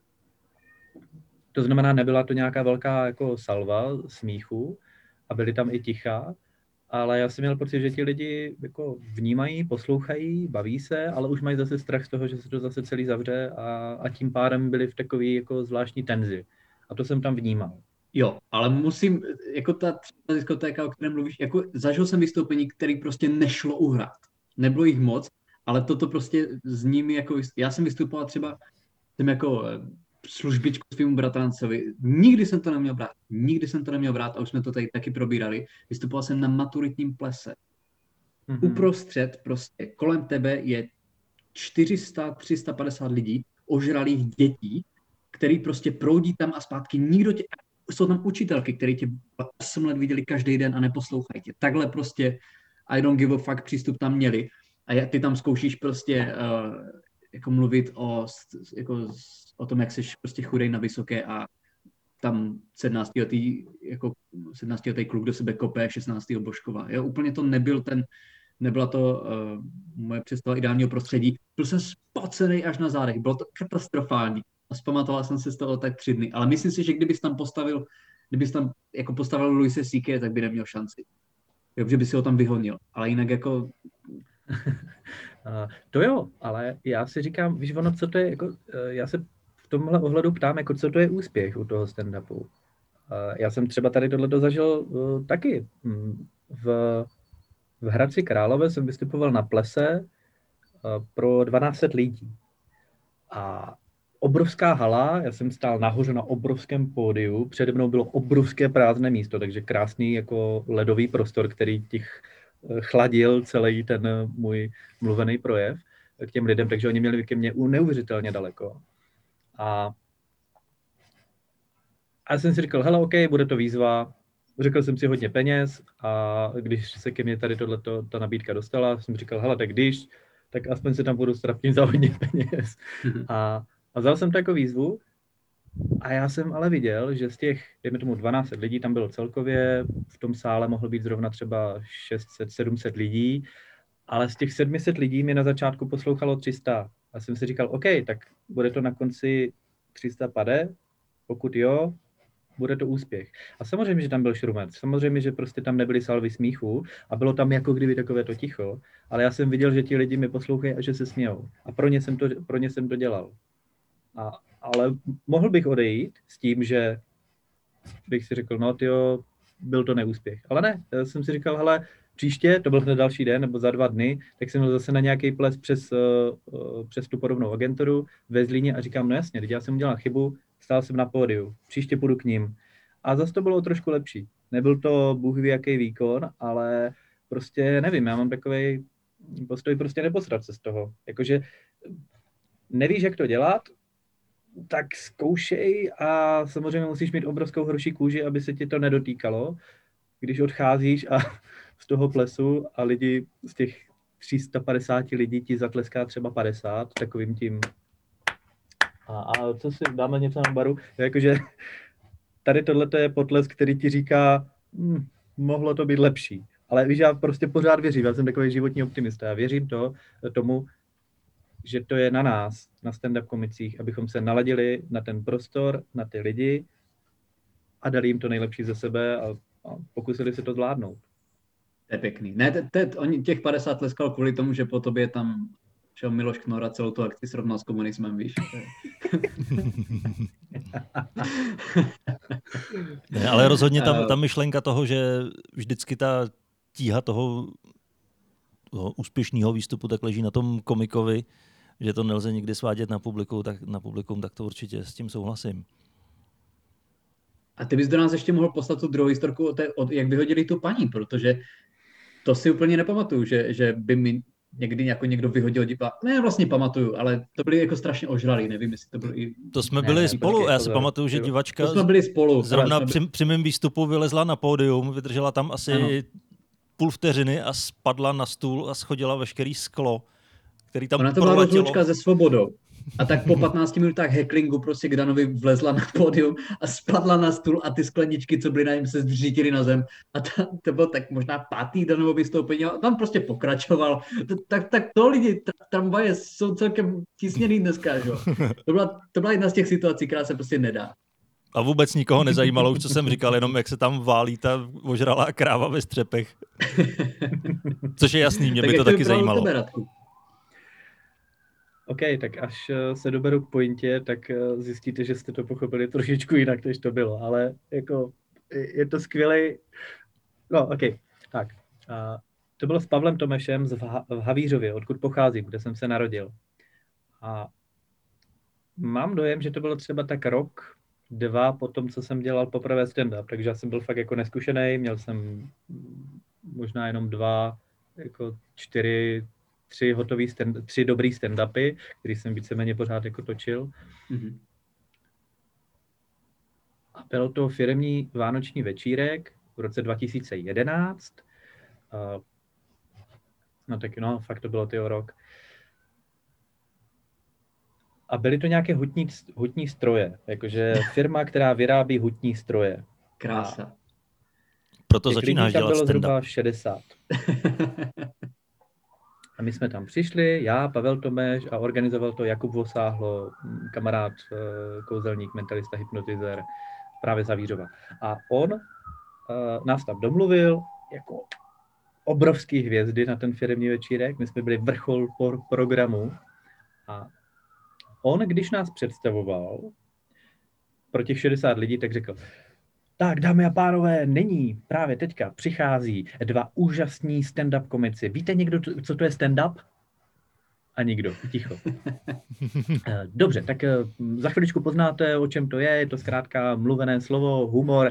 [SPEAKER 3] To znamená, nebyla to nějaká velká jako salva smíchu a byli tam i ticha, ale já jsem měl pocit, že ti lidi jako vnímají, poslouchají, baví se, ale už mají zase strach z toho, že se to zase celý zavře a tím pádem byli v takové jako zvláštní tenzi. A to jsem tam vnímal.
[SPEAKER 1] Jo, ale musím, jako ta diskotéka, o které mluvíš, jako zažil jsem vystoupení, které prostě nešlo uhrát. Nebylo jich moc, ale toto prostě s nimi, jako, já jsem vystupoval třeba, jsem jako službičku svému bratrancovi. Nikdy jsem to neměl brát a už jsme to tady taky probírali. Vystupoval jsem na maturitním plese. Uprostřed prostě kolem tebe je 400-350 lidí, ožralých dětí, který prostě proudí tam a zpátky. Jsou tam učitelky, které tě 8 let viděli každý den a neposlouchají tě. Takhle prostě I don't give a fuck přístup tam měli. A ty tam zkoušíš prostě jako mluvit o tom, jak jsi prostě chudej na vysoké a tam 17letý kluk do sebe kope 16. Božkova. Jo, úplně to nebyla to moje představa ideálního prostředí. Byl jsem spocený až na zádech, bylo to katastrofální a zpamatoval jsem se z toho tak 3 dny. Ale myslím si, že kdybys tam postavil Louise C.K., tak by neměl šanci. Jo, že by si ho tam vyhonil. Ale jinak jako...
[SPEAKER 3] To jo, ale já si říkám, víš ono, co to je, jako, já se v tomhle ohledu ptám, jako co to je úspěch u toho stand-upu. Já jsem třeba tady tohleto zažil taky. V Hradci Králové jsem vystupoval na plese pro 1200 lidí. A obrovská hala, já jsem stál nahoře na obrovském pódiu, přede mnou bylo obrovské prázdné místo, takže krásný jako ledový prostor, který chladil celý ten můj mluvený projev k těm lidem, takže oni měli ke mně neuvěřitelně daleko. A já jsem si říkal, hele, OK, bude to výzva, řekl jsem si hodně peněz a když se ke mně tady ta nabídka dostala, jsem říkal, hele, tak aspoň se tam budu strapnit za hodně peněz. A vzal jsem to jako výzvu a já jsem ale viděl, že z těch, dejme tomu 12 lidí, tam bylo celkově, v tom sále mohlo být zrovna třeba 600-700 lidí, ale z těch 700 lidí mi na začátku poslouchalo 300. A jsem si říkal, OK, tak bude to na konci 300 pade, pokud jo, bude to úspěch. A samozřejmě, že tam byl šrumec, samozřejmě, že prostě tam nebyly salvy smíchu a bylo tam jako kdyby takové to ticho, ale já jsem viděl, že ti lidi mi poslouchají a že se smějou. A pro ně jsem to dělal. Ale mohl bych odejít s tím, že bych si řekl, no tyjo, byl to neúspěch. Ale ne, já jsem si říkal, hele, příště, to byl hned další den, nebo za 2 dny, tak jsem byl zase na nějaký ples přes tu podobnou agenturu ve Zlíně a říkám, no jasně, teď já jsem udělal chybu, stál jsem na pódiu, příště půjdu k ním. A zase to bylo trošku lepší. Nebyl to bůh ví jaký výkon, ale prostě nevím, já mám takovej postoj prostě neposrat se z toho. Jakože nevíš, jak to dělat, tak zkoušej a samozřejmě musíš mít obrovskou hroší kůži, aby se ti to nedotýkalo, když odcházíš a z toho plesu a lidi z těch 350 lidí ti zatleská třeba 50 takovým tím a co si, dáme něco na baru, jakože tady tohleto je potlesk, který ti říká, mohlo to být lepší, ale víš, já prostě pořád věřím, já jsem takový životní optimista, já věřím tomu, že to je na nás, na stand-up komicích, abychom se naladili na ten prostor, na ty lidi a dali jim to nejlepší ze sebe a pokusili se to zvládnout.
[SPEAKER 1] To je pěkný. Ne, oni těch 50 tleskal kvůli tomu, že po tobě tam šel Miloš Knora celou tu akci srovnal s komunismem, víš?
[SPEAKER 2] Ne, ale rozhodně ta myšlenka toho, že vždycky ta tíha toho úspěšného výstupu tak leží na tom komikovi, že to nelze nikdy svádět na publikum, tak to určitě s tím souhlasím.
[SPEAKER 1] A ty bys do nás ještě mohl poslat tu druhou historku, jak vyhodili tu paní, protože to si úplně nepamatuju, že by mi někdy jako někdo vyhodil diva. Ne, vlastně pamatuju, ale to byli jako strašně ožralí, nevím, jestli to bylo i...
[SPEAKER 2] To jsme byli spolu, já si pamatuju, že divačka
[SPEAKER 1] jsme byli spolu,
[SPEAKER 2] zrovna při mém výstupu vylezla na pódium, vydržela tam asi půl vteřiny a spadla na stůl a schodila veškerý sklo, který tam
[SPEAKER 1] proletělo. Ona to byla rozlučka se Svobodou. A tak po 15 minutách hecklingu prostě k Danovi vlezla na pódium a spadla na stůl a ty skleničky, co byly na něm, se zřítily na zem. A to bylo tak možná 5. Danovo vystoupení a tam prostě pokračoval. Tak to lidi, tramvaje jsou celkem tisněný dneska, že? To byla jedna z těch situací, která se prostě nedá.
[SPEAKER 2] A vůbec nikoho nezajímalo už, co jsem říkal, jenom jak se tam válí ta ožralá kráva ve střepech. Což je jasný, mě by to taky zajímalo.
[SPEAKER 3] OK, tak až se doberu k pointě, tak zjistíte, že jste to pochopili trošičku jinak, než to bylo, ale jako je to skvělej. No, OK, tak. To bylo s Pavlem Tomešem v Havířově, odkud pocházím, kde jsem se narodil. A mám dojem, že to bylo třeba tak rok, 2 po tom, co jsem dělal poprvé stand-up, takže já jsem byl fakt jako neskušený, měl jsem možná jenom 2, jako 3 dobrý stand-upy, který jsem víceméně pořád jako točil. Mm-hmm. A byl to firemní vánoční večírek v roce 2011. No tak no, fakt to bylo rok. A byly to nějaké hutní stroje, jakože firma, která vyrábí hutní stroje.
[SPEAKER 1] Krása.
[SPEAKER 2] Proto začínáš dělat
[SPEAKER 3] bylo
[SPEAKER 2] stand-up.
[SPEAKER 3] Zhruba 60. A my jsme tam přišli, já, Pavel Tomeš a organizoval to Jakub Vosáhlo, kamarád, kouzelník, mentalista, hypnotizér, právě z Havířova. A on nás tam domluvil jako obrovský hvězdy na ten firemní večírek. My jsme byli vrchol programu a on, když nás představoval pro těch 60 lidí, tak řekl, tak dámy a pánové, právě teďka přichází 2 úžasní stand-up komici. Víte někdo, co to je stand-up? A nikdo, ticho. Dobře, tak za chviličku poznáte, o čem to je to zkrátka mluvené slovo, humor.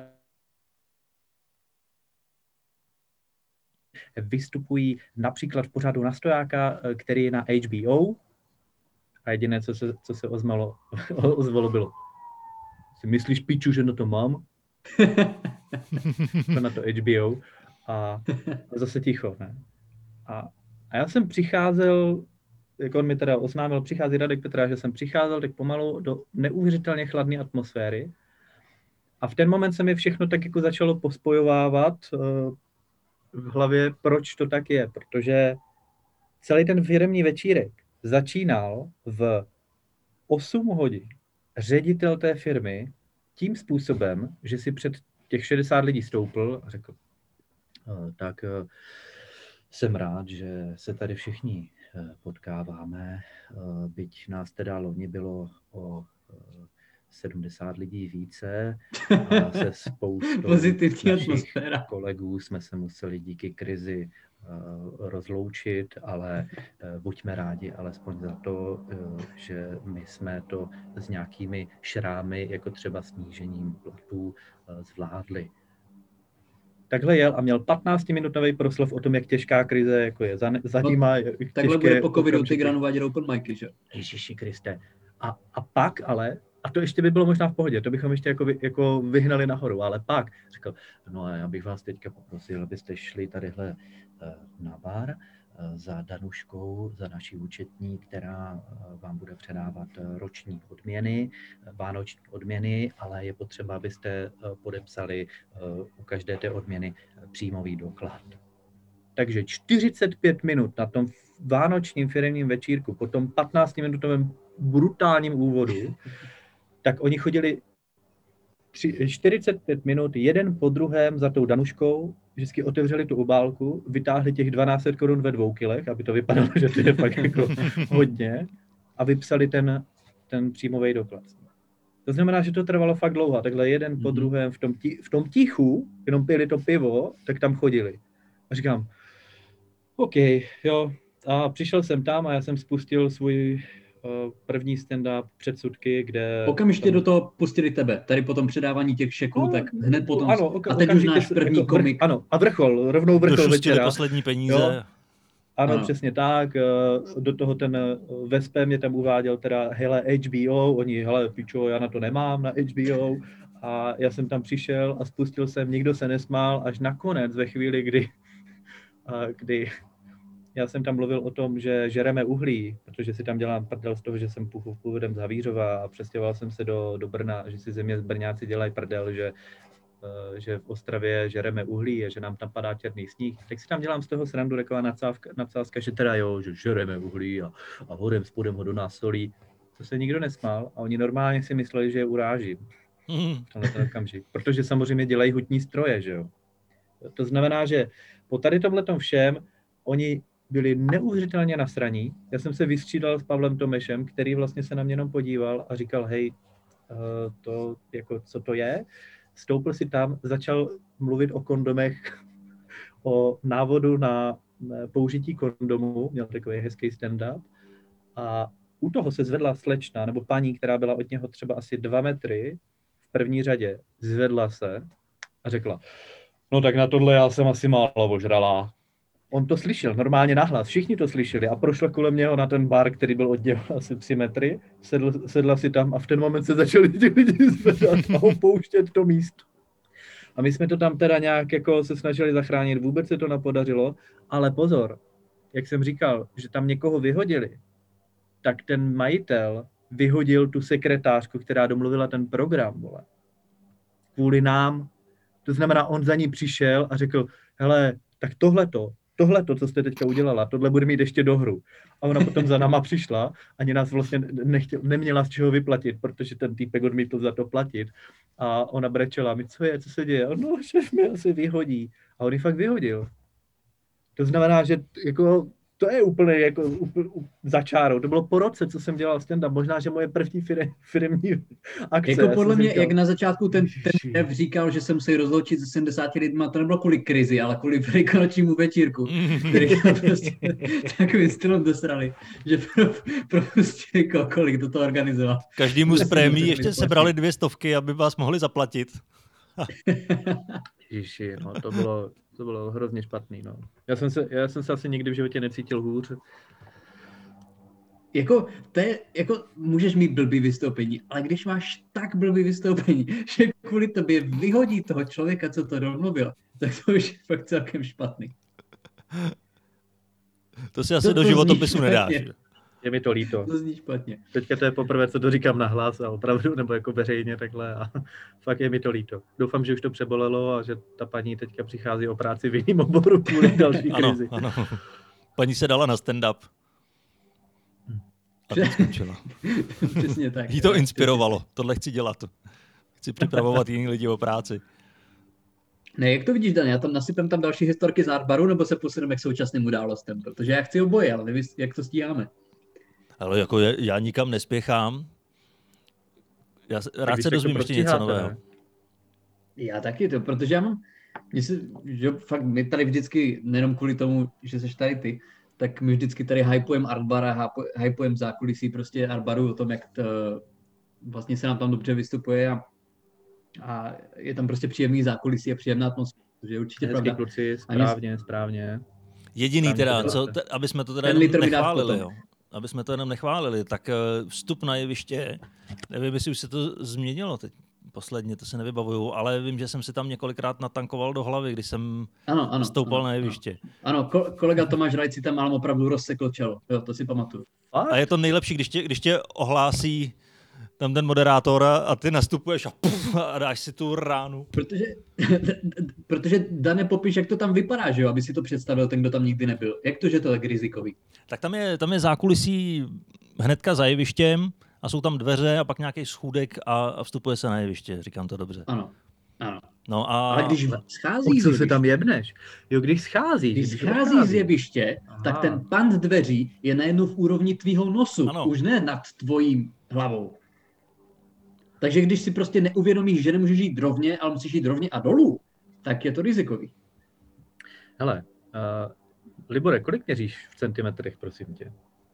[SPEAKER 3] Vystupují například v pořadu Na stojáka, který je na HBO. A jediné, co se ozvalo bylo. Si myslíš, piču, že na to mám? To na to HBO. A zase ticho, ne? A já jsem přicházel, jak on mi teda oznámil, přichází Radek Petra, že jsem přicházel tak pomalu do neuvěřitelně chladné atmosféry. A v ten moment se mi všechno tak jako začalo pospojovávat v hlavě, proč to tak je. Protože celý ten firemní večírek začínal v 8 hodin. Ředitel té firmy tím způsobem, že si před těch 60 lidí stoupl a řekl, tak jsem rád, že se tady všichni potkáváme, byť nás teda loni bylo o 70 lidí více a se spoustou našich kolegů jsme se museli díky krizi rozloučit, ale buďme rádi alespoň za to, že my jsme to s nějakými šrámy, jako třeba snížením platů, zvládli. Takhle jel a měl 15-minutový proslov o tom, jak těžká krize jako je za nima.
[SPEAKER 1] Takhle bude po covidu Tigranu vádět open micy, že?
[SPEAKER 3] Ježiši Kriste. A pak ale, a to ještě by bylo možná v pohodě, to bychom ještě jako vyhnali nahoru, ale pak řekl, no a já bych vás teďka poprosil, abyste šli tadyhle na bar za Danuškou, za naší účetní, která vám bude předávat roční odměny, vánoční odměny, ale je potřeba, abyste podepsali u každé té odměny příjmový doklad. Takže 45 minut na tom vánočním firemním večírku, po tom 15-minutovém brutálním úvodu, tak oni chodili 45 minut jeden po druhém za tou Danuškou, vždycky otevřeli tu obálku, vytáhli těch 1200 korun ve 2 kilech, aby to vypadalo, že to je fakt jako hodně, a vypsali ten příjmový doklad. To znamená, že to trvalo fakt dlouho, takhle jeden po druhém v tom tichu, jenom pili to pivo, tak tam chodili. A říkám, OK, jo, a přišel jsem tam a já jsem spustil svůj první stand-up Předsudky, kde...
[SPEAKER 1] Okamžitě do toho pustili tebe, tady po tom předávání těch šeků, tak hned potom... Ano, a teď už náš první jako komik.
[SPEAKER 3] Ano, a rovnou vrchol večera.
[SPEAKER 2] Poslední peníze. Jo?
[SPEAKER 3] Ano, přesně tak. Do toho ten Vespe mě tam uváděl teda, hele, HBO, oni, hele, pičo, já na to nemám, na HBO. A já jsem tam přišel a spustil jsem, nikdo se nesmál, až nakonec ve chvíli, kdy já jsem tam mluvil o tom, že žereme uhlí, protože si tam dělám prdel z toho, že jsem původem z Havířova a přestěhoval jsem se do Brna, že si ze mě Brňáci dělají prdel, že v Ostravě žereme uhlí a že nám tam padá černý sníh. Tak si tam dělám z toho srandu, taková nadsázka, že teda jo, že žereme uhlí a hodem spodem ho do nás solí. To se nikdo nesmál a oni normálně si mysleli, že je urážím. V tomhle okamžik. Protože samozřejmě dělají hutní stroje, že jo. To znamená, že po tady tomhletom všem oni byli neuvěřitelně nasraní. Já jsem se vystřídal s Pavlem Tomešem, který vlastně se na mě jenom podíval a říkal, hej, to jako, co to je? Stoupil si tam, začal mluvit o kondomech, o návodu na použití kondomu, měl takový hezký stand-up a u toho se zvedla slečna, nebo paní, která byla od něho třeba asi 2 metry v první řadě, zvedla se a řekla, no tak na tohle já jsem asi málo ožralá. On to slyšel, normálně nahlas, všichni to slyšeli a prošla kolem něho na ten bar, který byl od něho asi 3 metry, sedla si tam a v ten moment se začali ti lidi zvedat a opouštět to místo. A my jsme to tam teda nějak jako se snažili zachránit, vůbec se to nepodařilo, ale pozor, jak jsem říkal, že tam někoho vyhodili, tak ten majitel vyhodil tu sekretářku, která domluvila ten program, vole. Kvůli nám. To znamená, on za ní přišel a řekl, hele, tak tohleto, co jste teďka udělala, tohle bude mít ještě do hru. A ona potom za náma přišla, ani nás vlastně neměla z čeho vyplatit, protože ten týpek odmítl za to platit. A ona brečela, mi co se děje? No, šéf mi asi vyhodí. A on ji fakt vyhodil. To znamená, že jako to je úplně jako za čárou. To bylo po roce, co jsem dělal stand-up. Možná, že moje první firmní akce.
[SPEAKER 1] Jako podle mě, jak na začátku ten šéf říkal, že jsem se rozloučit se 70 lidma, to nebylo kvůli krizi, ale kvůli velikonočnímu večírku, který prostě takovým stylem dosrali, že prostě kolik do toho organizoval.
[SPEAKER 2] Každému z prémií ještě sebrali 200, aby vás mohli zaplatit.
[SPEAKER 3] Ježiši, no, to bylo hrozně špatný. No. Já jsem se asi nikdy v životě necítil hůř.
[SPEAKER 1] Jako, můžeš mít blbý vystoupení, ale když máš tak blbý vystoupení, že kvůli tobě vyhodí toho člověka, co to domluvil, tak to už je fakt celkem špatný.
[SPEAKER 2] To si asi do životopisu nedáš.
[SPEAKER 3] Je mi to líto.
[SPEAKER 1] To zní špatně.
[SPEAKER 3] Teďka to je poprvé, co to říkám nahlas a opravdu, nebo jako veřejně takhle a fakt je mi to líto. Doufám, že už to přebolelo a že ta paní teďka přichází o práci v jiném oboru kvůli další krizi.
[SPEAKER 2] Ano. Paní se dala na stand-up. A teď skončila.
[SPEAKER 1] Přesně tak.
[SPEAKER 2] Jí to inspirovalo. Tohle chci dělat. Chci připravovat jiný lidi o práci.
[SPEAKER 1] Ne, jak to vidíš, Dan? Já tam nasypem tam další historky z Artbaru, nebo se posuneme k současným událostem? Protože já chci oboje, ale nevím, jak to stíháme.
[SPEAKER 2] Ale jako já nikam nespěchám. Já rád se dozvím ještě něco nového.
[SPEAKER 1] Já taky to, protože já mám, fakt my tady vždycky, nejenom kvůli tomu, že seš tady ty, tak my vždycky tady hypujeme Artbar a hypujeme zákulisí prostě Artbaru o tom, jak to, vlastně se nám tam dobře vystupuje a je tam prostě příjemný zákulisí a příjemná atmosféra, že určitě pravda.
[SPEAKER 3] Kluci, správně.
[SPEAKER 2] Jediný teda, aby jsme to teda jenom nechválili, jo. Aby jsme to jenom nechválili, tak vstup na jeviště, nevím, jestli už se to změnilo teď posledně, to se nevybavuju, ale vím, že jsem si tam několikrát natankoval do hlavy, když jsem stoupal na jeviště.
[SPEAKER 1] Ano, kolega Tomáš Rajci tam mám opravdu rozsekl čelo, jo, to si pamatuju.
[SPEAKER 2] A je to nejlepší, když tě ohlásí tam ten moderátor a ty nastupuješ a dáš si tu ránu.
[SPEAKER 1] Protože Dane, popiš, jak to tam vypadá, že jo, aby si to představil ten, kdo tam nikdy nebyl. Jak to, že to je tak rizikový?
[SPEAKER 2] Tak tam je zákulisí hnedka za jevištěm a jsou tam dveře a pak nějaký schůdek a vstupuje se na jeviště, říkám to dobře.
[SPEAKER 1] Ano.
[SPEAKER 2] No
[SPEAKER 1] ale když schází
[SPEAKER 3] co se tam jebneš? Jo, když schází
[SPEAKER 1] z jeviště, tak ten pant dveří je najednou v úrovni tvýho nosu, už ne nad tvojí hlavou. Takže když si prostě neuvědomíš, že nemůžeš jít rovně, ale musíš jít rovně a dolů, tak je to rizikový.
[SPEAKER 3] Hele, Libore, kolik měříš v centimetrech, prosím tě?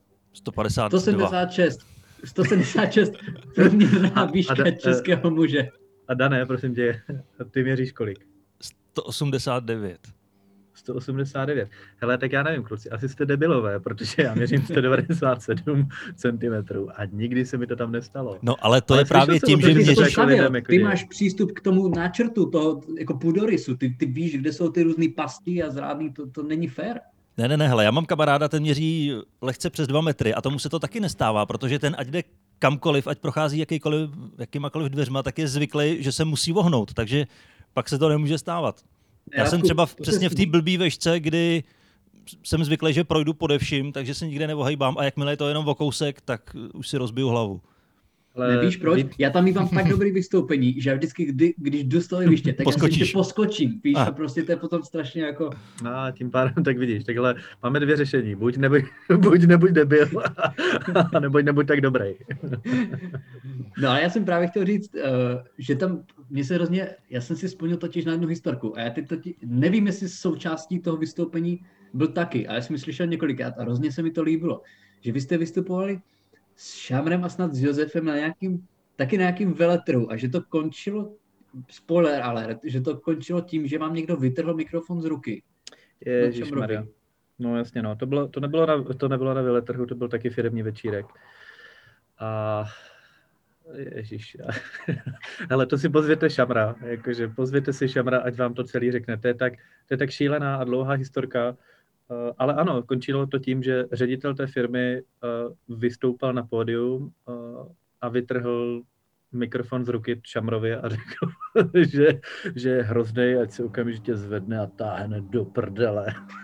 [SPEAKER 2] 176.
[SPEAKER 1] Průměrná výška českého muže.
[SPEAKER 3] A Dané, prosím tě, ty měříš kolik?
[SPEAKER 2] 189.
[SPEAKER 3] 189. Hele, tak já nevím, kluci, asi jste debilové, protože já měřím 197 cm a nikdy se mi to tam nestalo.
[SPEAKER 2] No, ale to je právě tím, že měříš...
[SPEAKER 1] Ty máš přístup k tomu náčrtu, toho jako půdorysu, ty víš, kde jsou ty různý pasti a zrádný, to není fér.
[SPEAKER 2] Ne, hele, já mám kamaráda, ten měří lehce přes 2 metry a tomu se to taky nestává, protože ten ať jde kamkoliv, ať prochází jakýmakoliv dveřma, tak je zvyklý, že se musí vohnout, takže pak se to nemůže stávat. Já jsem třeba přesně v té blbý vešce, kdy jsem zvyklý, že projdu podevším, takže se nikde nevohejbám a jakmile je to jenom o kousek, tak už si rozbiju hlavu.
[SPEAKER 1] Ale nevíš proč? Já tam mívám tak dobrý vystoupení, že vždycky, když jdu z toho jeviště, tak já si poskočím, víš, a prostě to je potom strašně jako...
[SPEAKER 3] No a tím pádem, tak vidíš, takhle máme 2 řešení, buď nebuď debil, a nebuď tak dobrý.
[SPEAKER 1] No ale já jsem právě chtěl říct, že tam já jsem si vzpomněl totiž na jednu historku a já teď nevím, jestli součástí toho vystoupení byl taky, ale já jsem ji slyšel několikrát a hrozně se mi to líbilo, že vy jste vystupovali s Šamrem a snad s Josefem na nějakým veletrhu a že to končilo, spoiler alert, že to končilo tím, že vám někdo vytrhl mikrofon z ruky.
[SPEAKER 3] Ježišmarja. No jasně, no. To nebylo na veletrhu, to byl taky firemní večírek. A ježiš. Hele, to si pozvěte Šamra, jakože pozvěte si Šamra, ať vám to celý řekne. To je tak šílená a dlouhá historka. Ale ano, končilo to tím, že ředitel té firmy vystoupal na pódium a vytrhl mikrofon z ruky Šamrovi a řekl, že je hroznej, ať se okamžitě zvedne a táhne do prdele.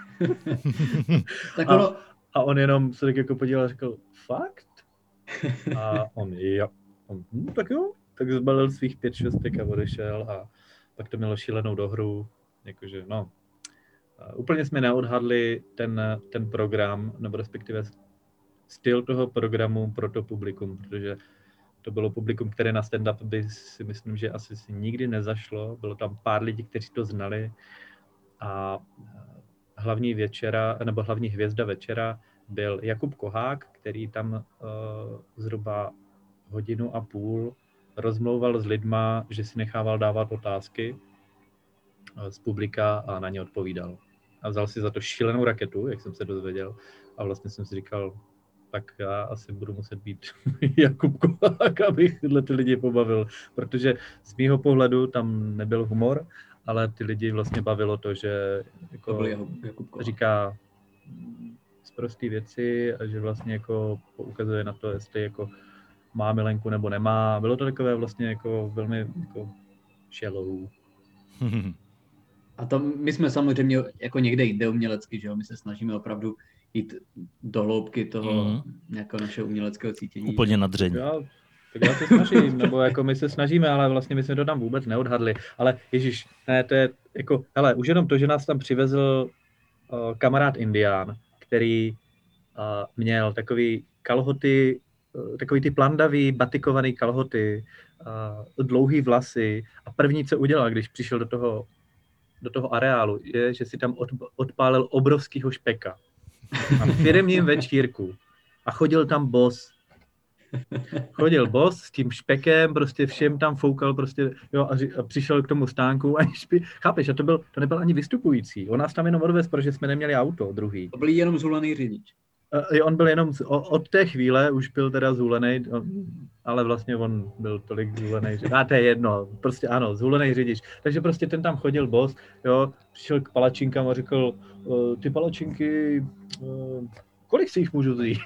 [SPEAKER 3] A on jenom se tak jako podíval a řekl, fakt? A on, jo. Tak jo. Tak zbalil svých 5 šestek a odešel a pak to mělo šílenou dohru. Jakože, no. Úplně jsme neodhadli ten program, nebo respektive styl toho programu pro to publikum, protože to bylo publikum, které na stand-up by si myslím, že asi si nikdy nezašlo. Bylo tam pár lidí, kteří to znali a hlavní hvězda večera byl Jakub Kohák, který tam zhruba 1,5 hodiny rozmlouval s lidma, že si nechával dávat otázky z publika a na ně odpovídal. A vzal si za to šílenou raketu, jak jsem se dozvěděl. A vlastně jsem si říkal, tak já asi budu muset být Jakub Kohák, abych tyhle ty lidi pobavil. Protože z mýho pohledu tam nebyl humor, ale ty lidi vlastně bavilo to, že jako říká sprostý věci a že vlastně jako poukazuje na to, jestli jako má milenku nebo nemá. Bylo to takové vlastně jako velmi jako shallow.
[SPEAKER 1] A to my jsme samozřejmě jako někde jinde umělecky, že jo? My se snažíme opravdu jít do hloubky toho jako našeho uměleckého cítění.
[SPEAKER 2] Úplně na dřeň.
[SPEAKER 3] Tak já se snažím, nebo jako my se snažíme, ale vlastně my jsme to tam vůbec neodhadli. Ale ježiš, ne, to je jako, hele, už jenom to, že nás tam přivezl kamarád Indián, který měl takový kalhoty, takový ty plandavý, batikovaný kalhoty, dlouhý vlasy a první, co udělal, když přišel do toho areálu, je, že si tam odpálil obrovskýho špeka na firemním večírku a chodil tam boss. Chodil boss s tím špekem, prostě všem tam foukal prostě, jo, a přišel k tomu stánku a chápeš, a to nebyl ani vystupující. On nás tam jenom odvez, protože jsme neměli auto druhý.
[SPEAKER 1] To byl jenom zvolený řidič.
[SPEAKER 3] On byl jenom, od té chvíle už byl teda zvolený, ale vlastně on byl tolik zvolený, že to je jedno, prostě ano, zvolený řidič. Takže prostě ten tam chodil boss, jo, přišel k palačinkám a řekl, ty palačinky, kolik si jich můžu vzít?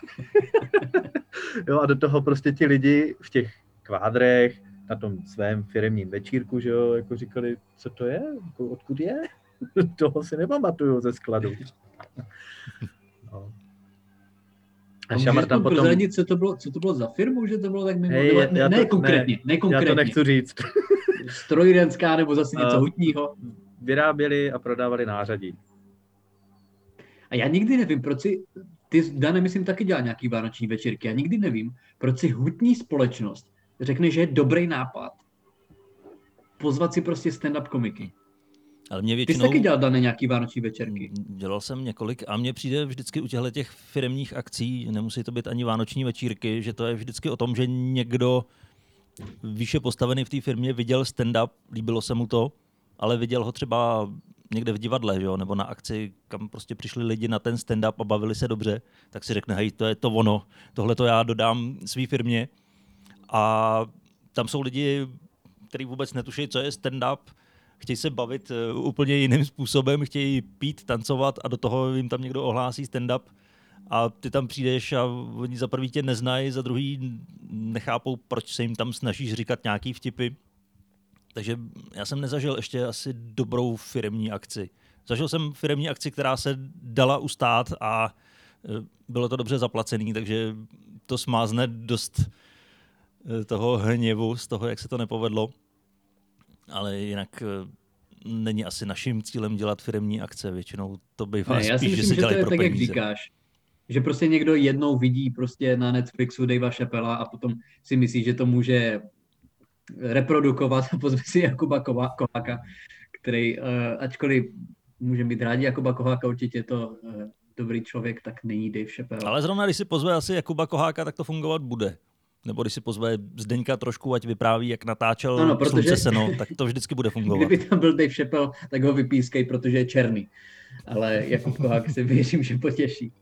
[SPEAKER 3] Jo, a do toho prostě ti lidi v těch kvádrech, na tom svém firemním večírku, že jo, jako říkali, co to je, jako, odkud je? Toho si nepamatuju ze skladu. No.
[SPEAKER 1] A můžeš tam prozradit, co to bylo za firmu, že to bylo tak mimo? Ne konkrétně.
[SPEAKER 3] Já to nechci říct.
[SPEAKER 1] Strojírenská nebo zase něco hutního?
[SPEAKER 3] Vyráběli a prodávali nářadí.
[SPEAKER 1] A já nikdy nevím, proč si, ty, Dane, myslím, taky dělá nějaký vánoční večírky, já nikdy nevím, proč si hutní společnost řekne, že je dobrý nápad pozvat si prostě stand-up komiky.
[SPEAKER 2] Ale mě
[SPEAKER 1] většinou... Ty jsi taky dělal, Dane, nějaký vánoční večerky.
[SPEAKER 2] Dělal jsem několik a mně přijde vždycky u těch firemních akcí, nemusí to být ani vánoční večírky, že to je vždycky o tom, že někdo výše postavený v té firmě viděl stand-up, líbilo se mu to, ale viděl ho třeba někde v divadle, jo? Nebo na akci, kam prostě přišli lidi na ten stand-up a bavili se dobře, tak si řekne, hej, to je to ono, tohle to já dodám svý firmě. A tam jsou lidi, kteří vůbec netuší, co je stand-up, chtějí se bavit úplně jiným způsobem, chtějí pít, tancovat a do toho jim tam někdo ohlásí stand-up a ty tam přijdeš a oni za prvý tě neznají, za druhý nechápou, proč se jim tam snažíš říkat nějaký vtipy. Takže já jsem nezažil ještě asi dobrou firemní akci. Zažil jsem firemní akci, která se dala ustát a bylo to dobře zaplacený, takže to smázne dost toho hněvu z toho, jak se to nepovedlo. Ale jinak není asi naším cílem dělat firemní akce. Většinou to bývá spíš, že se dělají pro peníze. Jak říkáš.
[SPEAKER 1] Že prostě někdo jednou vidí prostě na Netflixu Davea Chappella a potom si myslí, že to může reprodukovat a pozve si Jakuba Koháka, který, ačkoliv může být rádi Jakuba Koháka, určitě je to dobrý člověk, tak není Dave Chappelle.
[SPEAKER 2] Ale zrovna, když si pozve asi Jakuba Koháka, tak to fungovat bude. Nebo když si pozve Zdeňka Trošku, ať vypráví, jak natáčel Slunce seno, tak to vždycky bude fungovat.
[SPEAKER 1] Kdyby tam byl Dave Chappelle, tak ho vypískej, protože je černý. Ale Jakub Kohák si věřím, že potěší.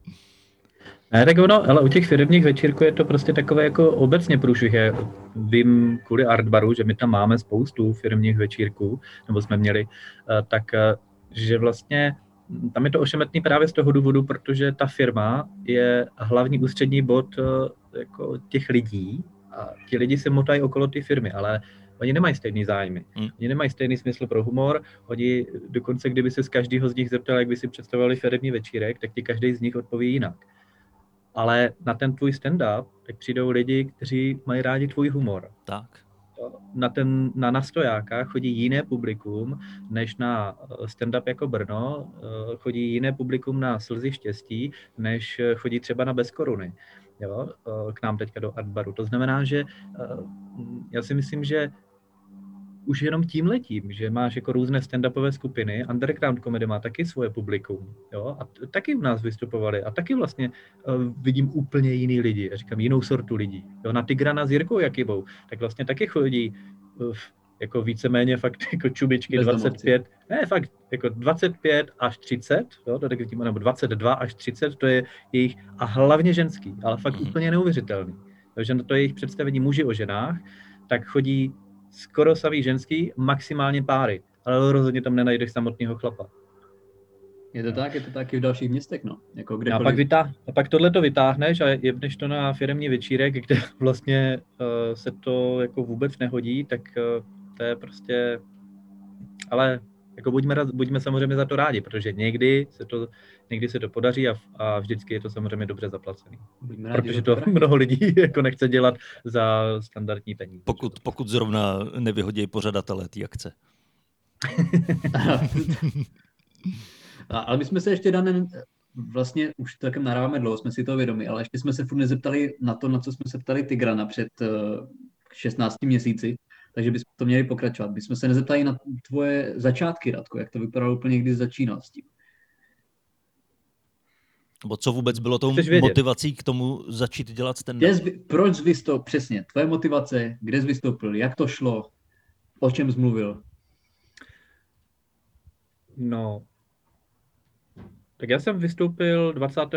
[SPEAKER 3] Ne, tak ono, ale u těch firemních večírků je to prostě takové jako obecně průšvih. Vím kvůli Artbaru, že my tam máme spoustu firemních večírků, nebo jsme měli, tak že vlastně tam je to ošemetný právě z toho důvodu, protože ta firma je hlavní ústřední bod jako těch lidí a ti lidi se motají okolo té firmy, ale oni nemají stejný zájmy. Oni nemají stejný smysl pro humor, oni dokonce, kdyby se z každého z nich zeptal, jak by si představovali firemní večírek, tak ti každý z nich odpoví jinak. Ale na ten tvůj stand-up tak přijdou lidi, kteří mají rádi tvůj humor.
[SPEAKER 2] Tak.
[SPEAKER 3] na stojákách chodí jiné publikum, než na stand-up jako Brno, chodí jiné publikum na Slzy štěstí, než chodí třeba na Bez koruny, jo, k nám teďka do Artbaru. To znamená, že já si myslím, že už jenom tímhletím, že máš jako různé stand-upové skupiny, Underground Comedy má taky svoje publikum, jo, a taky u nás vystupovali a taky vlastně vidím úplně jiný lidi, já říkám jinou sortu lidí, jo, na Tigrana s Jirkou Jakibou, tak vlastně taky chodí jako víceméně fakt jako čubičky 25, ne fakt jako 25 až 30, jo, nebo 22 až 30, to je jejich, a hlavně ženský, ale fakt úplně neuvěřitelný, takže na to jejich představení muži o ženách, tak chodí skoro samý ženský, maximálně páry, ale rozhodně tam nenajdeš samotného chlapa.
[SPEAKER 1] Je to tak i v dalších městech, no. Jako
[SPEAKER 3] a pak tohle to vytáhneš a jebneš to na firemní večírek, kde vlastně se to jako vůbec nehodí, tak to je prostě, ale jako buďme samozřejmě za to rádi, protože někdy se to podaří a vždycky je to samozřejmě dobře zaplacený. Rádi, protože to mnoho lidí jako nechce dělat za standardní peníze.
[SPEAKER 2] Pokud zrovna nevyhodí pořadatelé té akce.
[SPEAKER 1] Ale my jsme se ještě, Dané, vlastně už takem naráváme dlouho, jsme si to vědomi, ale ještě jsme se furt nezeptali na to, na co jsme se ptali Tigrana před 16 měsíci, takže bychom to měli pokračovat. My jsme se nezeptali na tvoje začátky, Radko, jak to vypadalo úplně, když začínal s tím.
[SPEAKER 2] Nebo co vůbec bylo tou motivací k tomu začít dělat stand-up?
[SPEAKER 1] Proč jsi vystoupil, přesně, tvoje motivace, kde jsi vystoupil, jak to šlo, o čem jsi mluvil?
[SPEAKER 3] No, tak já jsem vystoupil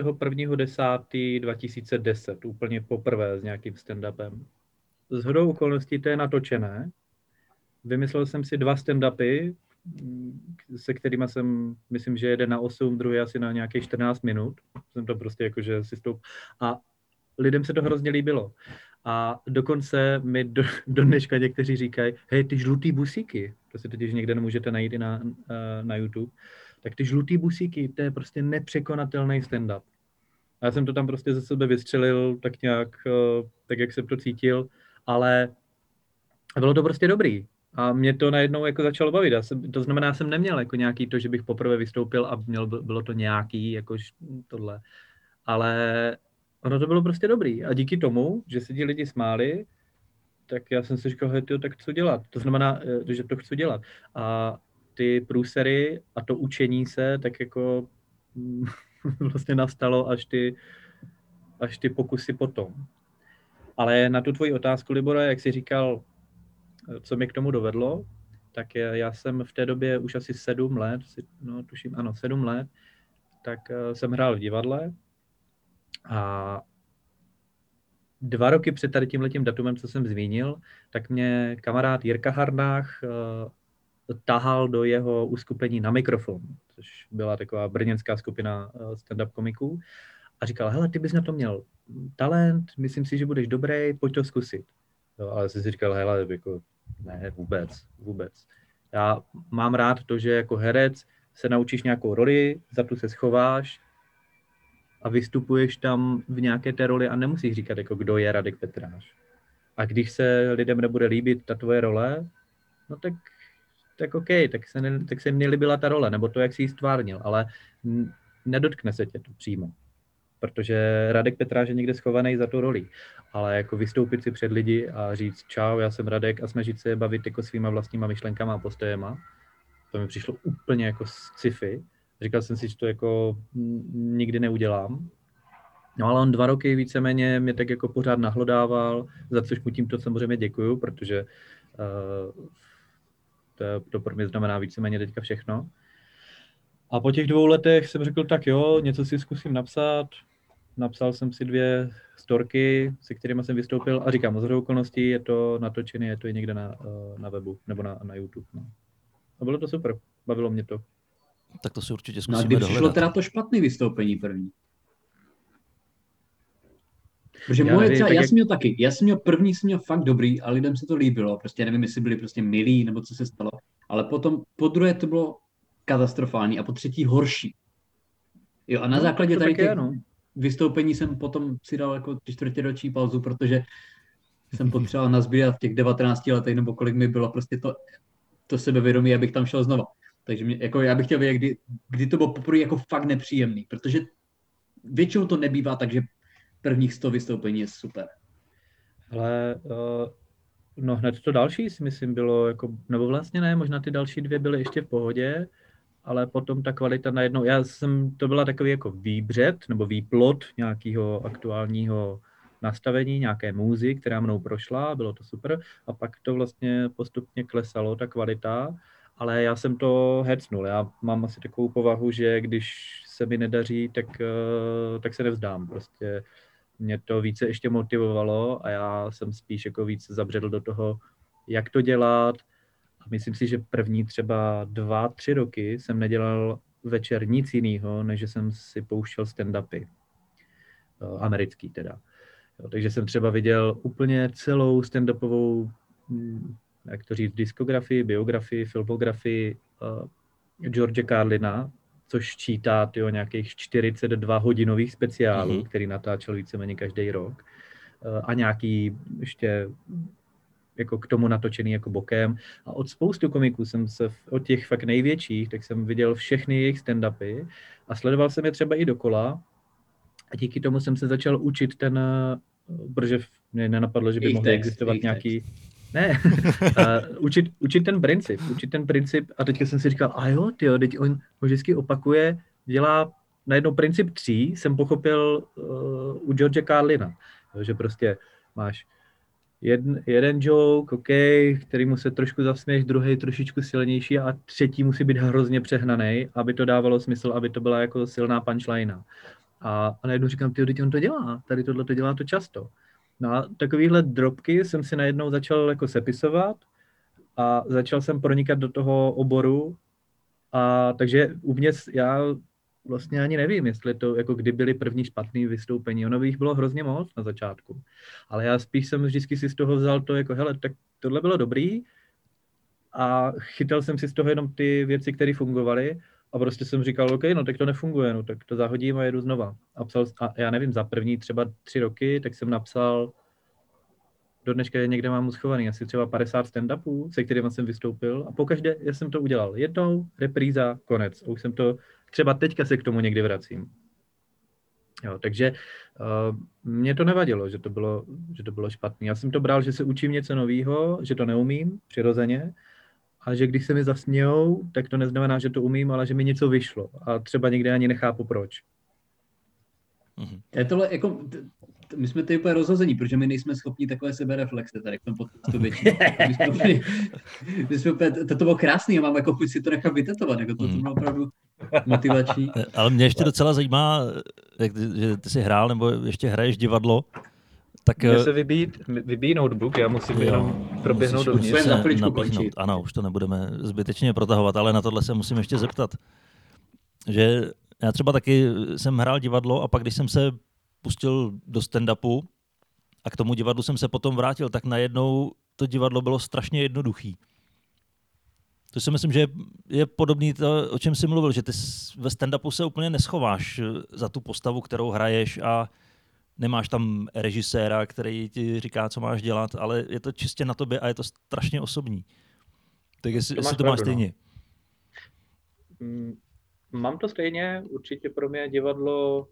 [SPEAKER 3] 21.10.2010, úplně poprvé s nějakým stand-upem. Shodou okolností to je natočené. Vymyslel jsem si 2 stand-upy, se kterými jsem, myslím, že jeden na 8, druhý asi na nějakých 14 minut. Jsem to prostě jakože si stoup. A lidem se to hrozně líbilo. A dokonce mi do dneška někteří říkají, hej, ty žlutý busíky, to si totiž někde nemůžete najít i na YouTube, tak ty žlutý busíky, to je prostě nepřekonatelný stand-up. A já jsem to tam prostě ze sebe vystřelil tak nějak, tak jak jsem to cítil, ale bylo to prostě dobrý. A mě to najednou jako začalo bavit. To znamená, já jsem neměl jako nějaký to, že bych poprvé vystoupil a bylo to nějaký, jakož tohle. Ale ono to bylo prostě dobrý. A díky tomu, že se ti lidi smáli, tak já jsem si říkal, hej, tyjo, tak co dělat? To znamená, že to chci dělat. A ty průsery a to učení se, tak jako vlastně nastalo až ty pokusy potom. Ale na tu tvoji otázku, Libore, jak jsi říkal, co mě k tomu dovedlo, tak já jsem v té době už asi 7 let, no tuším, ano, 7 let, tak jsem hrál v divadle a 2 roky před tady tímhletím datumem, co jsem zmínil, tak mě kamarád Jirka Harnách tahal do jeho uskupení Na mikrofon, což byla taková brněnská skupina stand-up komiků. A říkal, hele, ty bys na to měl talent, myslím si, že budeš dobrý, pojď to zkusit. No, ale jsi si říkal, hele, jako, ne, vůbec. Já mám rád to, že jako herec se naučíš nějakou roli, za tu se schováš a vystupuješ tam v nějaké té roli a nemusíš říkat, jako kdo je Radek Petráš. A když se lidem nebude líbit ta tvoje role, no tak OK, tak se mně líbila ta role, nebo to, jak jsi ji stvárnil, ale nedotkne se tě to přímo. Protože Radek Petráš je někde schovaný za tu roli. Ale jako vystoupit si před lidi a říct čau, já jsem Radek a snažit se bavit jako svýma vlastníma myšlenkama a postojema, to mi přišlo úplně jako sci-fi. Říkal jsem si, že to jako nikdy neudělám. No ale on 2 roky víceméně mě tak jako pořád nahlodával, za což mu tímto samozřejmě děkuju, protože to pro mě znamená víceméně teďka všechno. A po těch 2 letech jsem řekl, tak jo, něco si zkusím napsat. Napsal jsem si 2 storky, se kterými jsem vystoupil a říkám, z okolností je to natočené, je to i někde na webu nebo na YouTube. No. A bylo to super, bavilo mě to.
[SPEAKER 2] Tak to si určitě zkusíme
[SPEAKER 1] dohledat. No a kdy přišlo teda to špatné vystoupení první? Protože já jsem měl první, jsem měl fakt dobrý a lidem se to líbilo, prostě nevím, jestli byli prostě milí nebo co se stalo, ale potom po druhé to bylo katastrofální a po třetí horší. Jo a na základě tady těch vystoupení jsem potom si dal jako 3/4 roční pauzu, protože jsem potřeboval nazbírat v těch 19 letech, nebo kolik mi bylo prostě to sebevědomí, abych tam šel znova. Takže jako já bych chtěl vědět, kdy to bylo poprvé jako fakt nepříjemný, protože většinou to nebývá tak, že prvních 100 vystoupení je super.
[SPEAKER 3] Ale no hned to další si myslím bylo, jako, nebo vlastně ne, možná ty další 2 byly ještě v pohodě, ale potom ta kvalita najednou, to byla takový jako výbřet nebo výplod nějakého aktuálního nastavení, nějaké můzy, která mnou prošla, bylo to super a pak to vlastně postupně klesalo, ta kvalita, ale já jsem to hecnul, já mám asi takovou povahu, že když se mi nedaří, tak se nevzdám, prostě mě to více ještě motivovalo a já jsem spíš jako víc zabředl do toho, jak to dělat. A myslím si, že první třeba 2-3 roky jsem nedělal večer nic jiného, než že jsem si pouštěl stand-upy. Americký teda. Jo, takže jsem třeba viděl úplně celou stand-upovou, jak to říct, diskografii, biografii, filmografii George Carlina, což čítá nějakých 42 hodinových speciálů, který natáčel víceméně každý rok. A nějaký ještě jako k tomu natočený jako bokem. A od spoustu komiků jsem se, od těch fakt největších, tak jsem viděl všechny jejich stand-upy a sledoval jsem je třeba i dokola. A díky tomu jsem se začal učit protože mě nenapadlo, že by mohly existovat nějaký... Ne, učit ten princip a teďka jsem si říkal, a jo, tyjo, teď on vždycky opakuje, dělá najednou princip 3, jsem pochopil u George Carlina, že prostě máš jeden joke, OK, kterýmu se trošku zasměješ, druhý trošičku silnější a třetí musí být hrozně přehnaný, aby to dávalo smysl, aby to byla jako silná punchline. A najednou říkám, teď on to dělá, tady tohle to dělá to často. No a takovýhle drobky jsem si najednou začal jako sepisovat a začal jsem pronikat do toho oboru a takže uvnitř já vlastně ani nevím, jestli to, jako kdy byly první špatný vystoupení. Ono jich bylo hrozně moc na začátku. Ale já spíš jsem vždycky si z toho vzal to jako, hele, tak tohle bylo dobrý a chytal jsem si z toho jenom ty věci, které fungovaly a prostě jsem říkal, OK, no tak to nefunguje, no tak to zahodím a jedu znova. A já nevím, za první třeba 3 roky, tak jsem napsal, do dneška je někde mám uschovaný, asi třeba 50 stand-upů, se kterými jsem vystoupil a pokaždé jsem to udělal. Jednou, repríza, konec. Už jsem to, třeba teďka se k tomu někdy vracím. Jo, takže mě to nevadilo, že to bylo špatný. Já jsem to bral, že se učím něco nového, že to neumím přirozeně a že když se mi zasmějou, tak to neznamená, že to umím, ale že mi něco vyšlo a třeba někde ani nechápu proč.
[SPEAKER 1] Je tohle jako, my jsme tady úplně rozhození, protože my nejsme schopni takové sebereflexe tady v tom podcastu většinou. My jsme úplně, to bylo krásný, já mám jako chuť si to nechat vytetovat, jako to bylo opravdu motivační.
[SPEAKER 2] Ale mě ještě docela zajímá, že ty jsi hrál nebo ještě hraješ divadlo, tak...
[SPEAKER 3] Mně se vybíjí notebook, já musím jenom proběhnout dovnitř.
[SPEAKER 2] Ano, už to nebudeme zbytečně protahovat, ale na tohle se musím ještě zeptat. Že já třeba taky jsem hrál divadlo a pak, když jsem se pustil do stand-upu a k tomu divadlu jsem se potom vrátil, tak najednou to divadlo bylo strašně jednoduchý. To si myslím, že je podobný to, o čem jsi mluvil, že ty ve stand-upu se úplně neschováš za tu postavu, kterou hraješ a nemáš tam režiséra, který ti říká, co máš dělat, ale je to čistě na tobě a je to strašně osobní. Tak jestli to máš stejně.
[SPEAKER 3] Mám to stejně, určitě pro mě divadlo...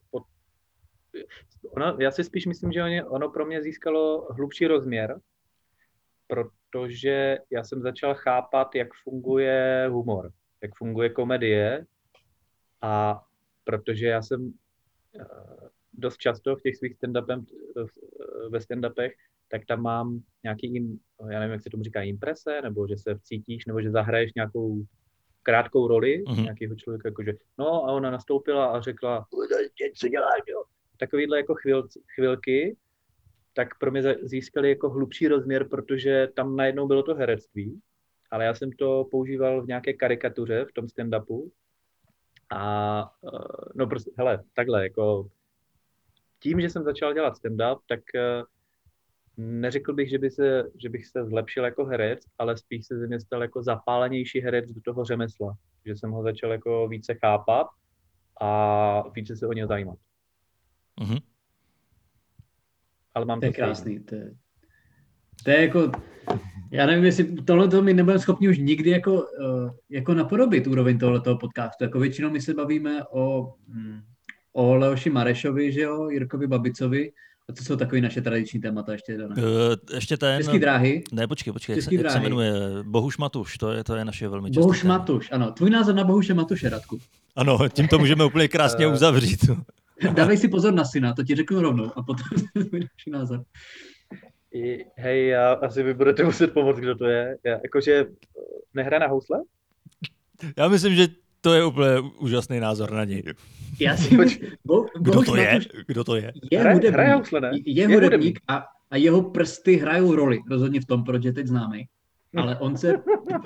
[SPEAKER 3] Já si spíš myslím, že ono pro mě získalo hlubší rozměr, protože já jsem začal chápat, jak funguje humor, jak funguje komedie a protože já jsem dost často v těch svých ve stand-upech, tak tam mám nějaký, já nevím, jak se tomu říká, imprese, nebo že se vcítíš, nebo že zahraješ nějakou krátkou roli nějakého člověka, jakože no a ona nastoupila a řekla, co děláš, jo? Takovýhle jako chvilky, tak pro mě získaly jako hlubší rozměr, protože tam najednou bylo to herectví, ale já jsem to používal v nějaké karikatuře v tom stand-upu a no prostě, hele, takhle, jako tím, že jsem začal dělat stand-up, tak neřekl bych, že bych se zlepšil jako herec, ale spíš se ze mě stal jako zapálenější herec do toho řemesla, že jsem ho začal jako více chápat a více se o něj zajímat.
[SPEAKER 2] Mm-hmm.
[SPEAKER 3] Ale mám
[SPEAKER 1] to je krásný. To je jako, já nevím, jestli tohle my nebudeme schopni už nikdy jako napodobit úroveň tohoto podcastu. Jako většinou my se bavíme o Leoši Marešovi, že jo, Jirkovi Babicovi. A to jsou takový naše tradiční témata ještě.
[SPEAKER 2] Ještě ten...
[SPEAKER 1] Český dráhy.
[SPEAKER 2] Ne, počkej, jak se jmenuje? Bohuš Matuš, to je naše velmi častý
[SPEAKER 1] Bohuš
[SPEAKER 2] téma.
[SPEAKER 1] Matuš, ano. Tvůj názor na Bohuše Matuše, Radku.
[SPEAKER 2] Ano, tím to můžeme úplně krásně uzavřít.
[SPEAKER 1] Dávej si pozor na syna, to ti řeknu rovnou a potom tvůj další názor.
[SPEAKER 3] Hej, já asi vy budete muset pomoct, kdo to je. Jakože nehraje na housle?
[SPEAKER 2] Já myslím, že to je úplně úžasný názor na něj.
[SPEAKER 1] Já si
[SPEAKER 2] Kdo to je?
[SPEAKER 3] Hraje housle, ne?
[SPEAKER 1] Je hudebník a jeho prsty hrajou roli, rozhodně v tom, proč je teď známý. Ale on se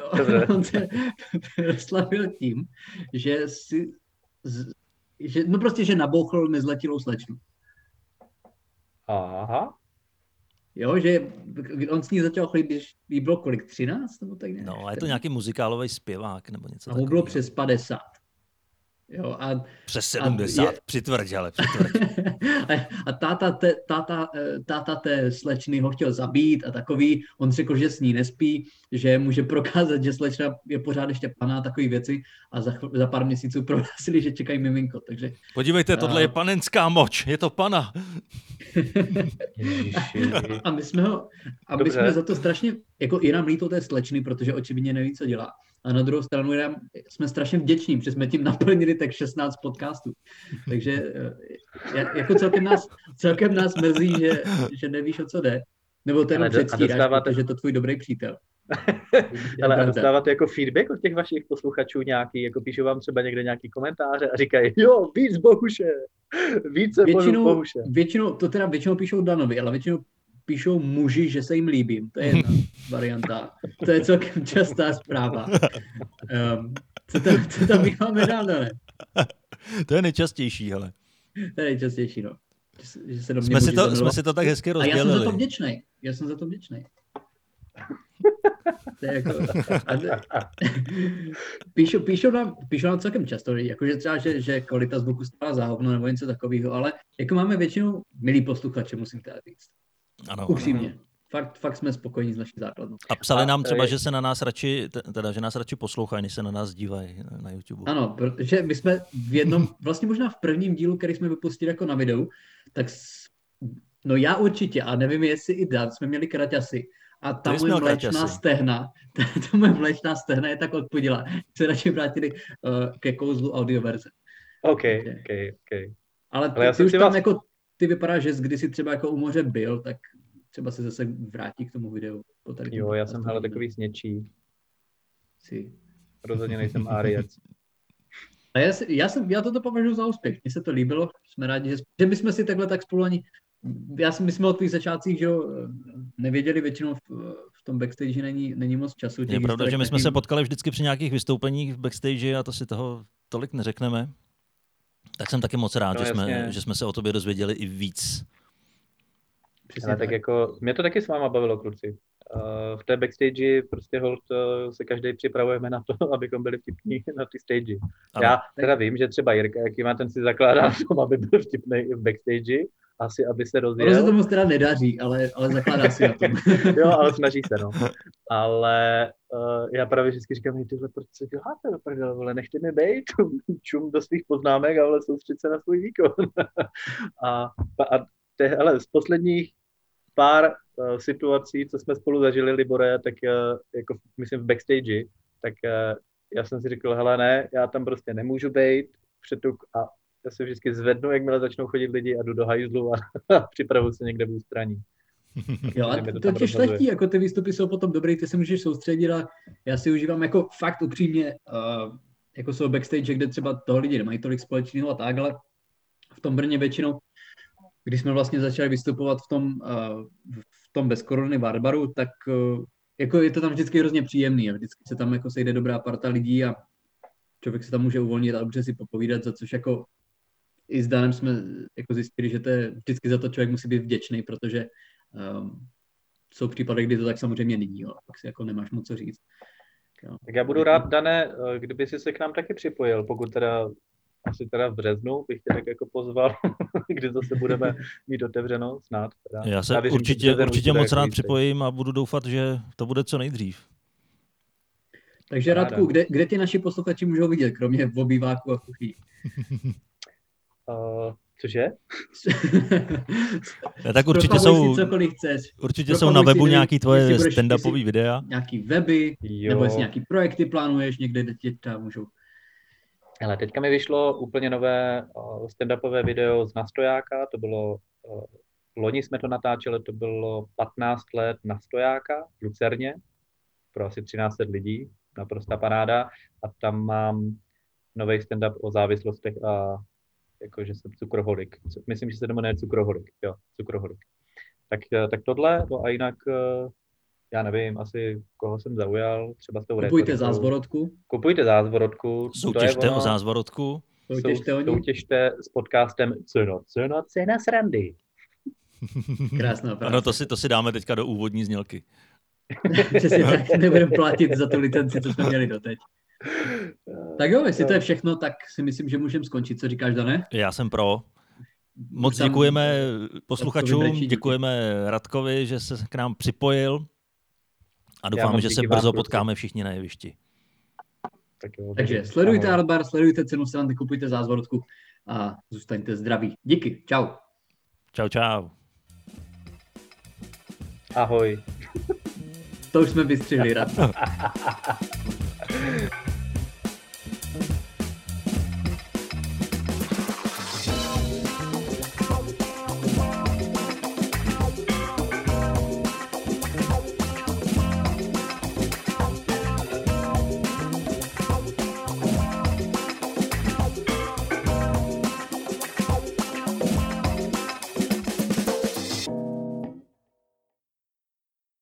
[SPEAKER 1] slavil tím, že nabouchl nezletilou slečnu.
[SPEAKER 3] Aha.
[SPEAKER 1] Jo, že on s ní začal chodit, když jí bylo kolik, 13 nebo tak nějak?
[SPEAKER 2] No, a je to nějaký muzikálový zpěvák nebo něco takového.
[SPEAKER 1] A mu bylo přes 50. Jo,
[SPEAKER 2] přes 70, přitvrď.
[SPEAKER 1] A táta té slečny ho chtěl zabít a takový, on řekl, že s ní nespí, že může prokázat, že slečna je pořád ještě planá, takový věci a za pár měsíců prohlásili, že čekají miminko, takže...
[SPEAKER 2] Podívejte, tohle je panenská moč, je to pana.
[SPEAKER 1] A my jsme za to strašně, jako i nám líto té slečny, protože očividně neví, co dělá. A na druhou stranu jsme strašně vděční, protože jsme tím naplnili tak 16 podcastů. Takže jako celkem nás mrzí, že nevíš, o co jde. Nebo to jenom předstíráš, protože to tvůj dobrý přítel.
[SPEAKER 3] Ale a dostáváte jako feedback od těch vašich posluchačů nějaký, jako píšou vám třeba někde nějaký komentáře a říkají, jo, víc Bohuše, více Bohuše.
[SPEAKER 1] Většinou píšou Danovi, ale většinou píšou muži, že se jim líbím. To je jedna varianta. To je celkem častá zpráva. Co tam máme dál, ne?
[SPEAKER 2] To je nejčastější, hele.
[SPEAKER 1] To je nejčastější, no. Že se do mě
[SPEAKER 2] jsme si to tak hezky rozdělili.
[SPEAKER 1] A já jsem za to vděčnej. To je jako... píšou nám celkem často, jakože třeba, že kvalita zvuku stála za hovno nebo něco takového, ale jako máme většinou milí posluchače, musím teda říct.
[SPEAKER 2] Ano.
[SPEAKER 1] Upřímně. Fakt jsme spokojení s naší základnou.
[SPEAKER 2] A psali nám třeba, že se na nás že nás radši poslouchají, než se na nás dívají na YouTube.
[SPEAKER 1] Ano, protože my jsme vlastně možná v prvním dílu, který jsme vypustili jako na videu, tak no já určitě, a nevím, jestli i Dan, jsme měli kraťasy. A ta moje mléčná stehna je tak odpudila. Se radši vrátili ke kouzlu audioverze.
[SPEAKER 3] OK.
[SPEAKER 1] Ale ty už tam jako, ty vypadáš, že kdysi třeba jako u moře byl, tak třeba se zase vrátí k tomu videu.
[SPEAKER 3] Jo, já jsem hele takový sněčí. Rozhodně nejsem Áriec.
[SPEAKER 1] A já toto považuji za úspěch. Mně se to líbilo, jsme rádi, že my jsme si takhle tak spolu ani... My jsme o tvých začátcích, že nevěděli většinou v tom backstage není moc času.
[SPEAKER 2] Je pravda, že my jsme se potkali vždycky při nějakých vystoupeních v backstage a to si toho tolik neřekneme. Tak jsem taky moc rád, že jsme se o tobě dozvěděli i víc.
[SPEAKER 3] Ale tak jako, mě to taky s váma bavilo, kluci. V té backstage prostě hold se každý připravujeme na to, abychom byli vtipní na ty stage. Ano. Já teda vím, že třeba Jirka, jaký má, ten si zakládá v tom, aby byl vtipný i v backstage, asi aby se rozjel.
[SPEAKER 1] Ale se tomu teda nedaří, ale zakládá si na tom.
[SPEAKER 3] Jo, ale snaží se, no. Ale já právě vždycky říkám, tyhle, proč se děláte do prdele, vole, nechte mi bejt, čum do svých poznámek, ale soustřed se na svůj výkon. Ale z posledních pár situací, co jsme spolu zažili, Libore, tak jako myslím v backstage, tak já jsem si řekl, hele ne, já tam prostě nemůžu bejt, a já se vždycky zvednu, jakmile začnou chodit lidi a jdu do hajzlu a připravuju se někde v ústraní.
[SPEAKER 1] Jo, a to tě šlechtí, jako ty výstupy jsou potom dobrý, ty se můžeš soustředit a já si užívám jako fakt upřímně, jako jsou backstage, kde třeba toho lidi nemají tolik společného a tak, ale v tom Brně většinou, když jsme vlastně začali vystupovat v tom bez korony Barbaru, tak jako je to tam vždycky hrozně příjemný a vždycky se tam jako sejde dobrá parta lidí a člověk se tam může uvolnit a dobře si popovídat, za což jako i s Danem jsme jako zjistili, že to je vždycky za to člověk musí být vděčný, protože jsou případy, kdy to tak samozřejmě není, jo, pak si jako nemáš moc co říct.
[SPEAKER 3] Jo. Tak já budu rád, Dane, kdyby si se k nám taky připojil, pokud teda asi teda v březnu bych tě tak jako pozval, kdy zase budeme mít otevřeno, snad. Teda.
[SPEAKER 2] Já se určitě moc rád připojím a budu doufat, že to bude co nejdřív.
[SPEAKER 1] Takže Radku, kde ty naši posluchači můžou vidět, kromě v obýváku a v kuchyni?
[SPEAKER 3] Cože?
[SPEAKER 2] Tak určitě jsou na webu nějaký tvoje stand-upové videa.
[SPEAKER 1] Nějaký weby, nebo jestli nějaký projekty plánuješ někde, kde tě tam můžou.
[SPEAKER 3] Ale teďka mi vyšlo úplně nové stand-upové video z Nastojáka, to bylo, loni jsme to natáčeli, to bylo 15 let Nastojáka v Lucerně, pro asi 1300 lidí, naprostá paráda, a tam mám nový stand-up o závislostech a jakože jsem cukroholik. Myslím, že se to jmenuje cukroholik. Jo, cukroholik. Tak tohle, no a jinak, já nevím, asi koho jsem zaujal, třeba s tou
[SPEAKER 1] Kupujte Zázvorotku.
[SPEAKER 3] Kupujte Zázvorotku.
[SPEAKER 2] Soutěžte o Zázvorotku.
[SPEAKER 3] Soutěžte s podcastem Cena srandy.
[SPEAKER 1] Krásná práce.
[SPEAKER 2] Ano, to si dáme teďka do úvodní znělky.
[SPEAKER 1] Přesně tak, nebudeme platit za tu licenci, co jsme měli doteď. Tak jo, jestli to je všechno, tak si myslím, že můžeme skončit. Co říkáš, Dané?
[SPEAKER 2] Já jsem pro. Moc děkujeme posluchačům, děkujeme Radkovi, že se k nám připojil a doufáme, že se brzo potkáme všichni na jevišti.
[SPEAKER 1] Takže sledujte Artbar, sledujte Cenu srandy, kupujte Zázvorotku a zůstaňte zdraví. Díky, čau.
[SPEAKER 2] Čau.
[SPEAKER 3] Ahoj.
[SPEAKER 1] To už jsme vystřihli, Radko.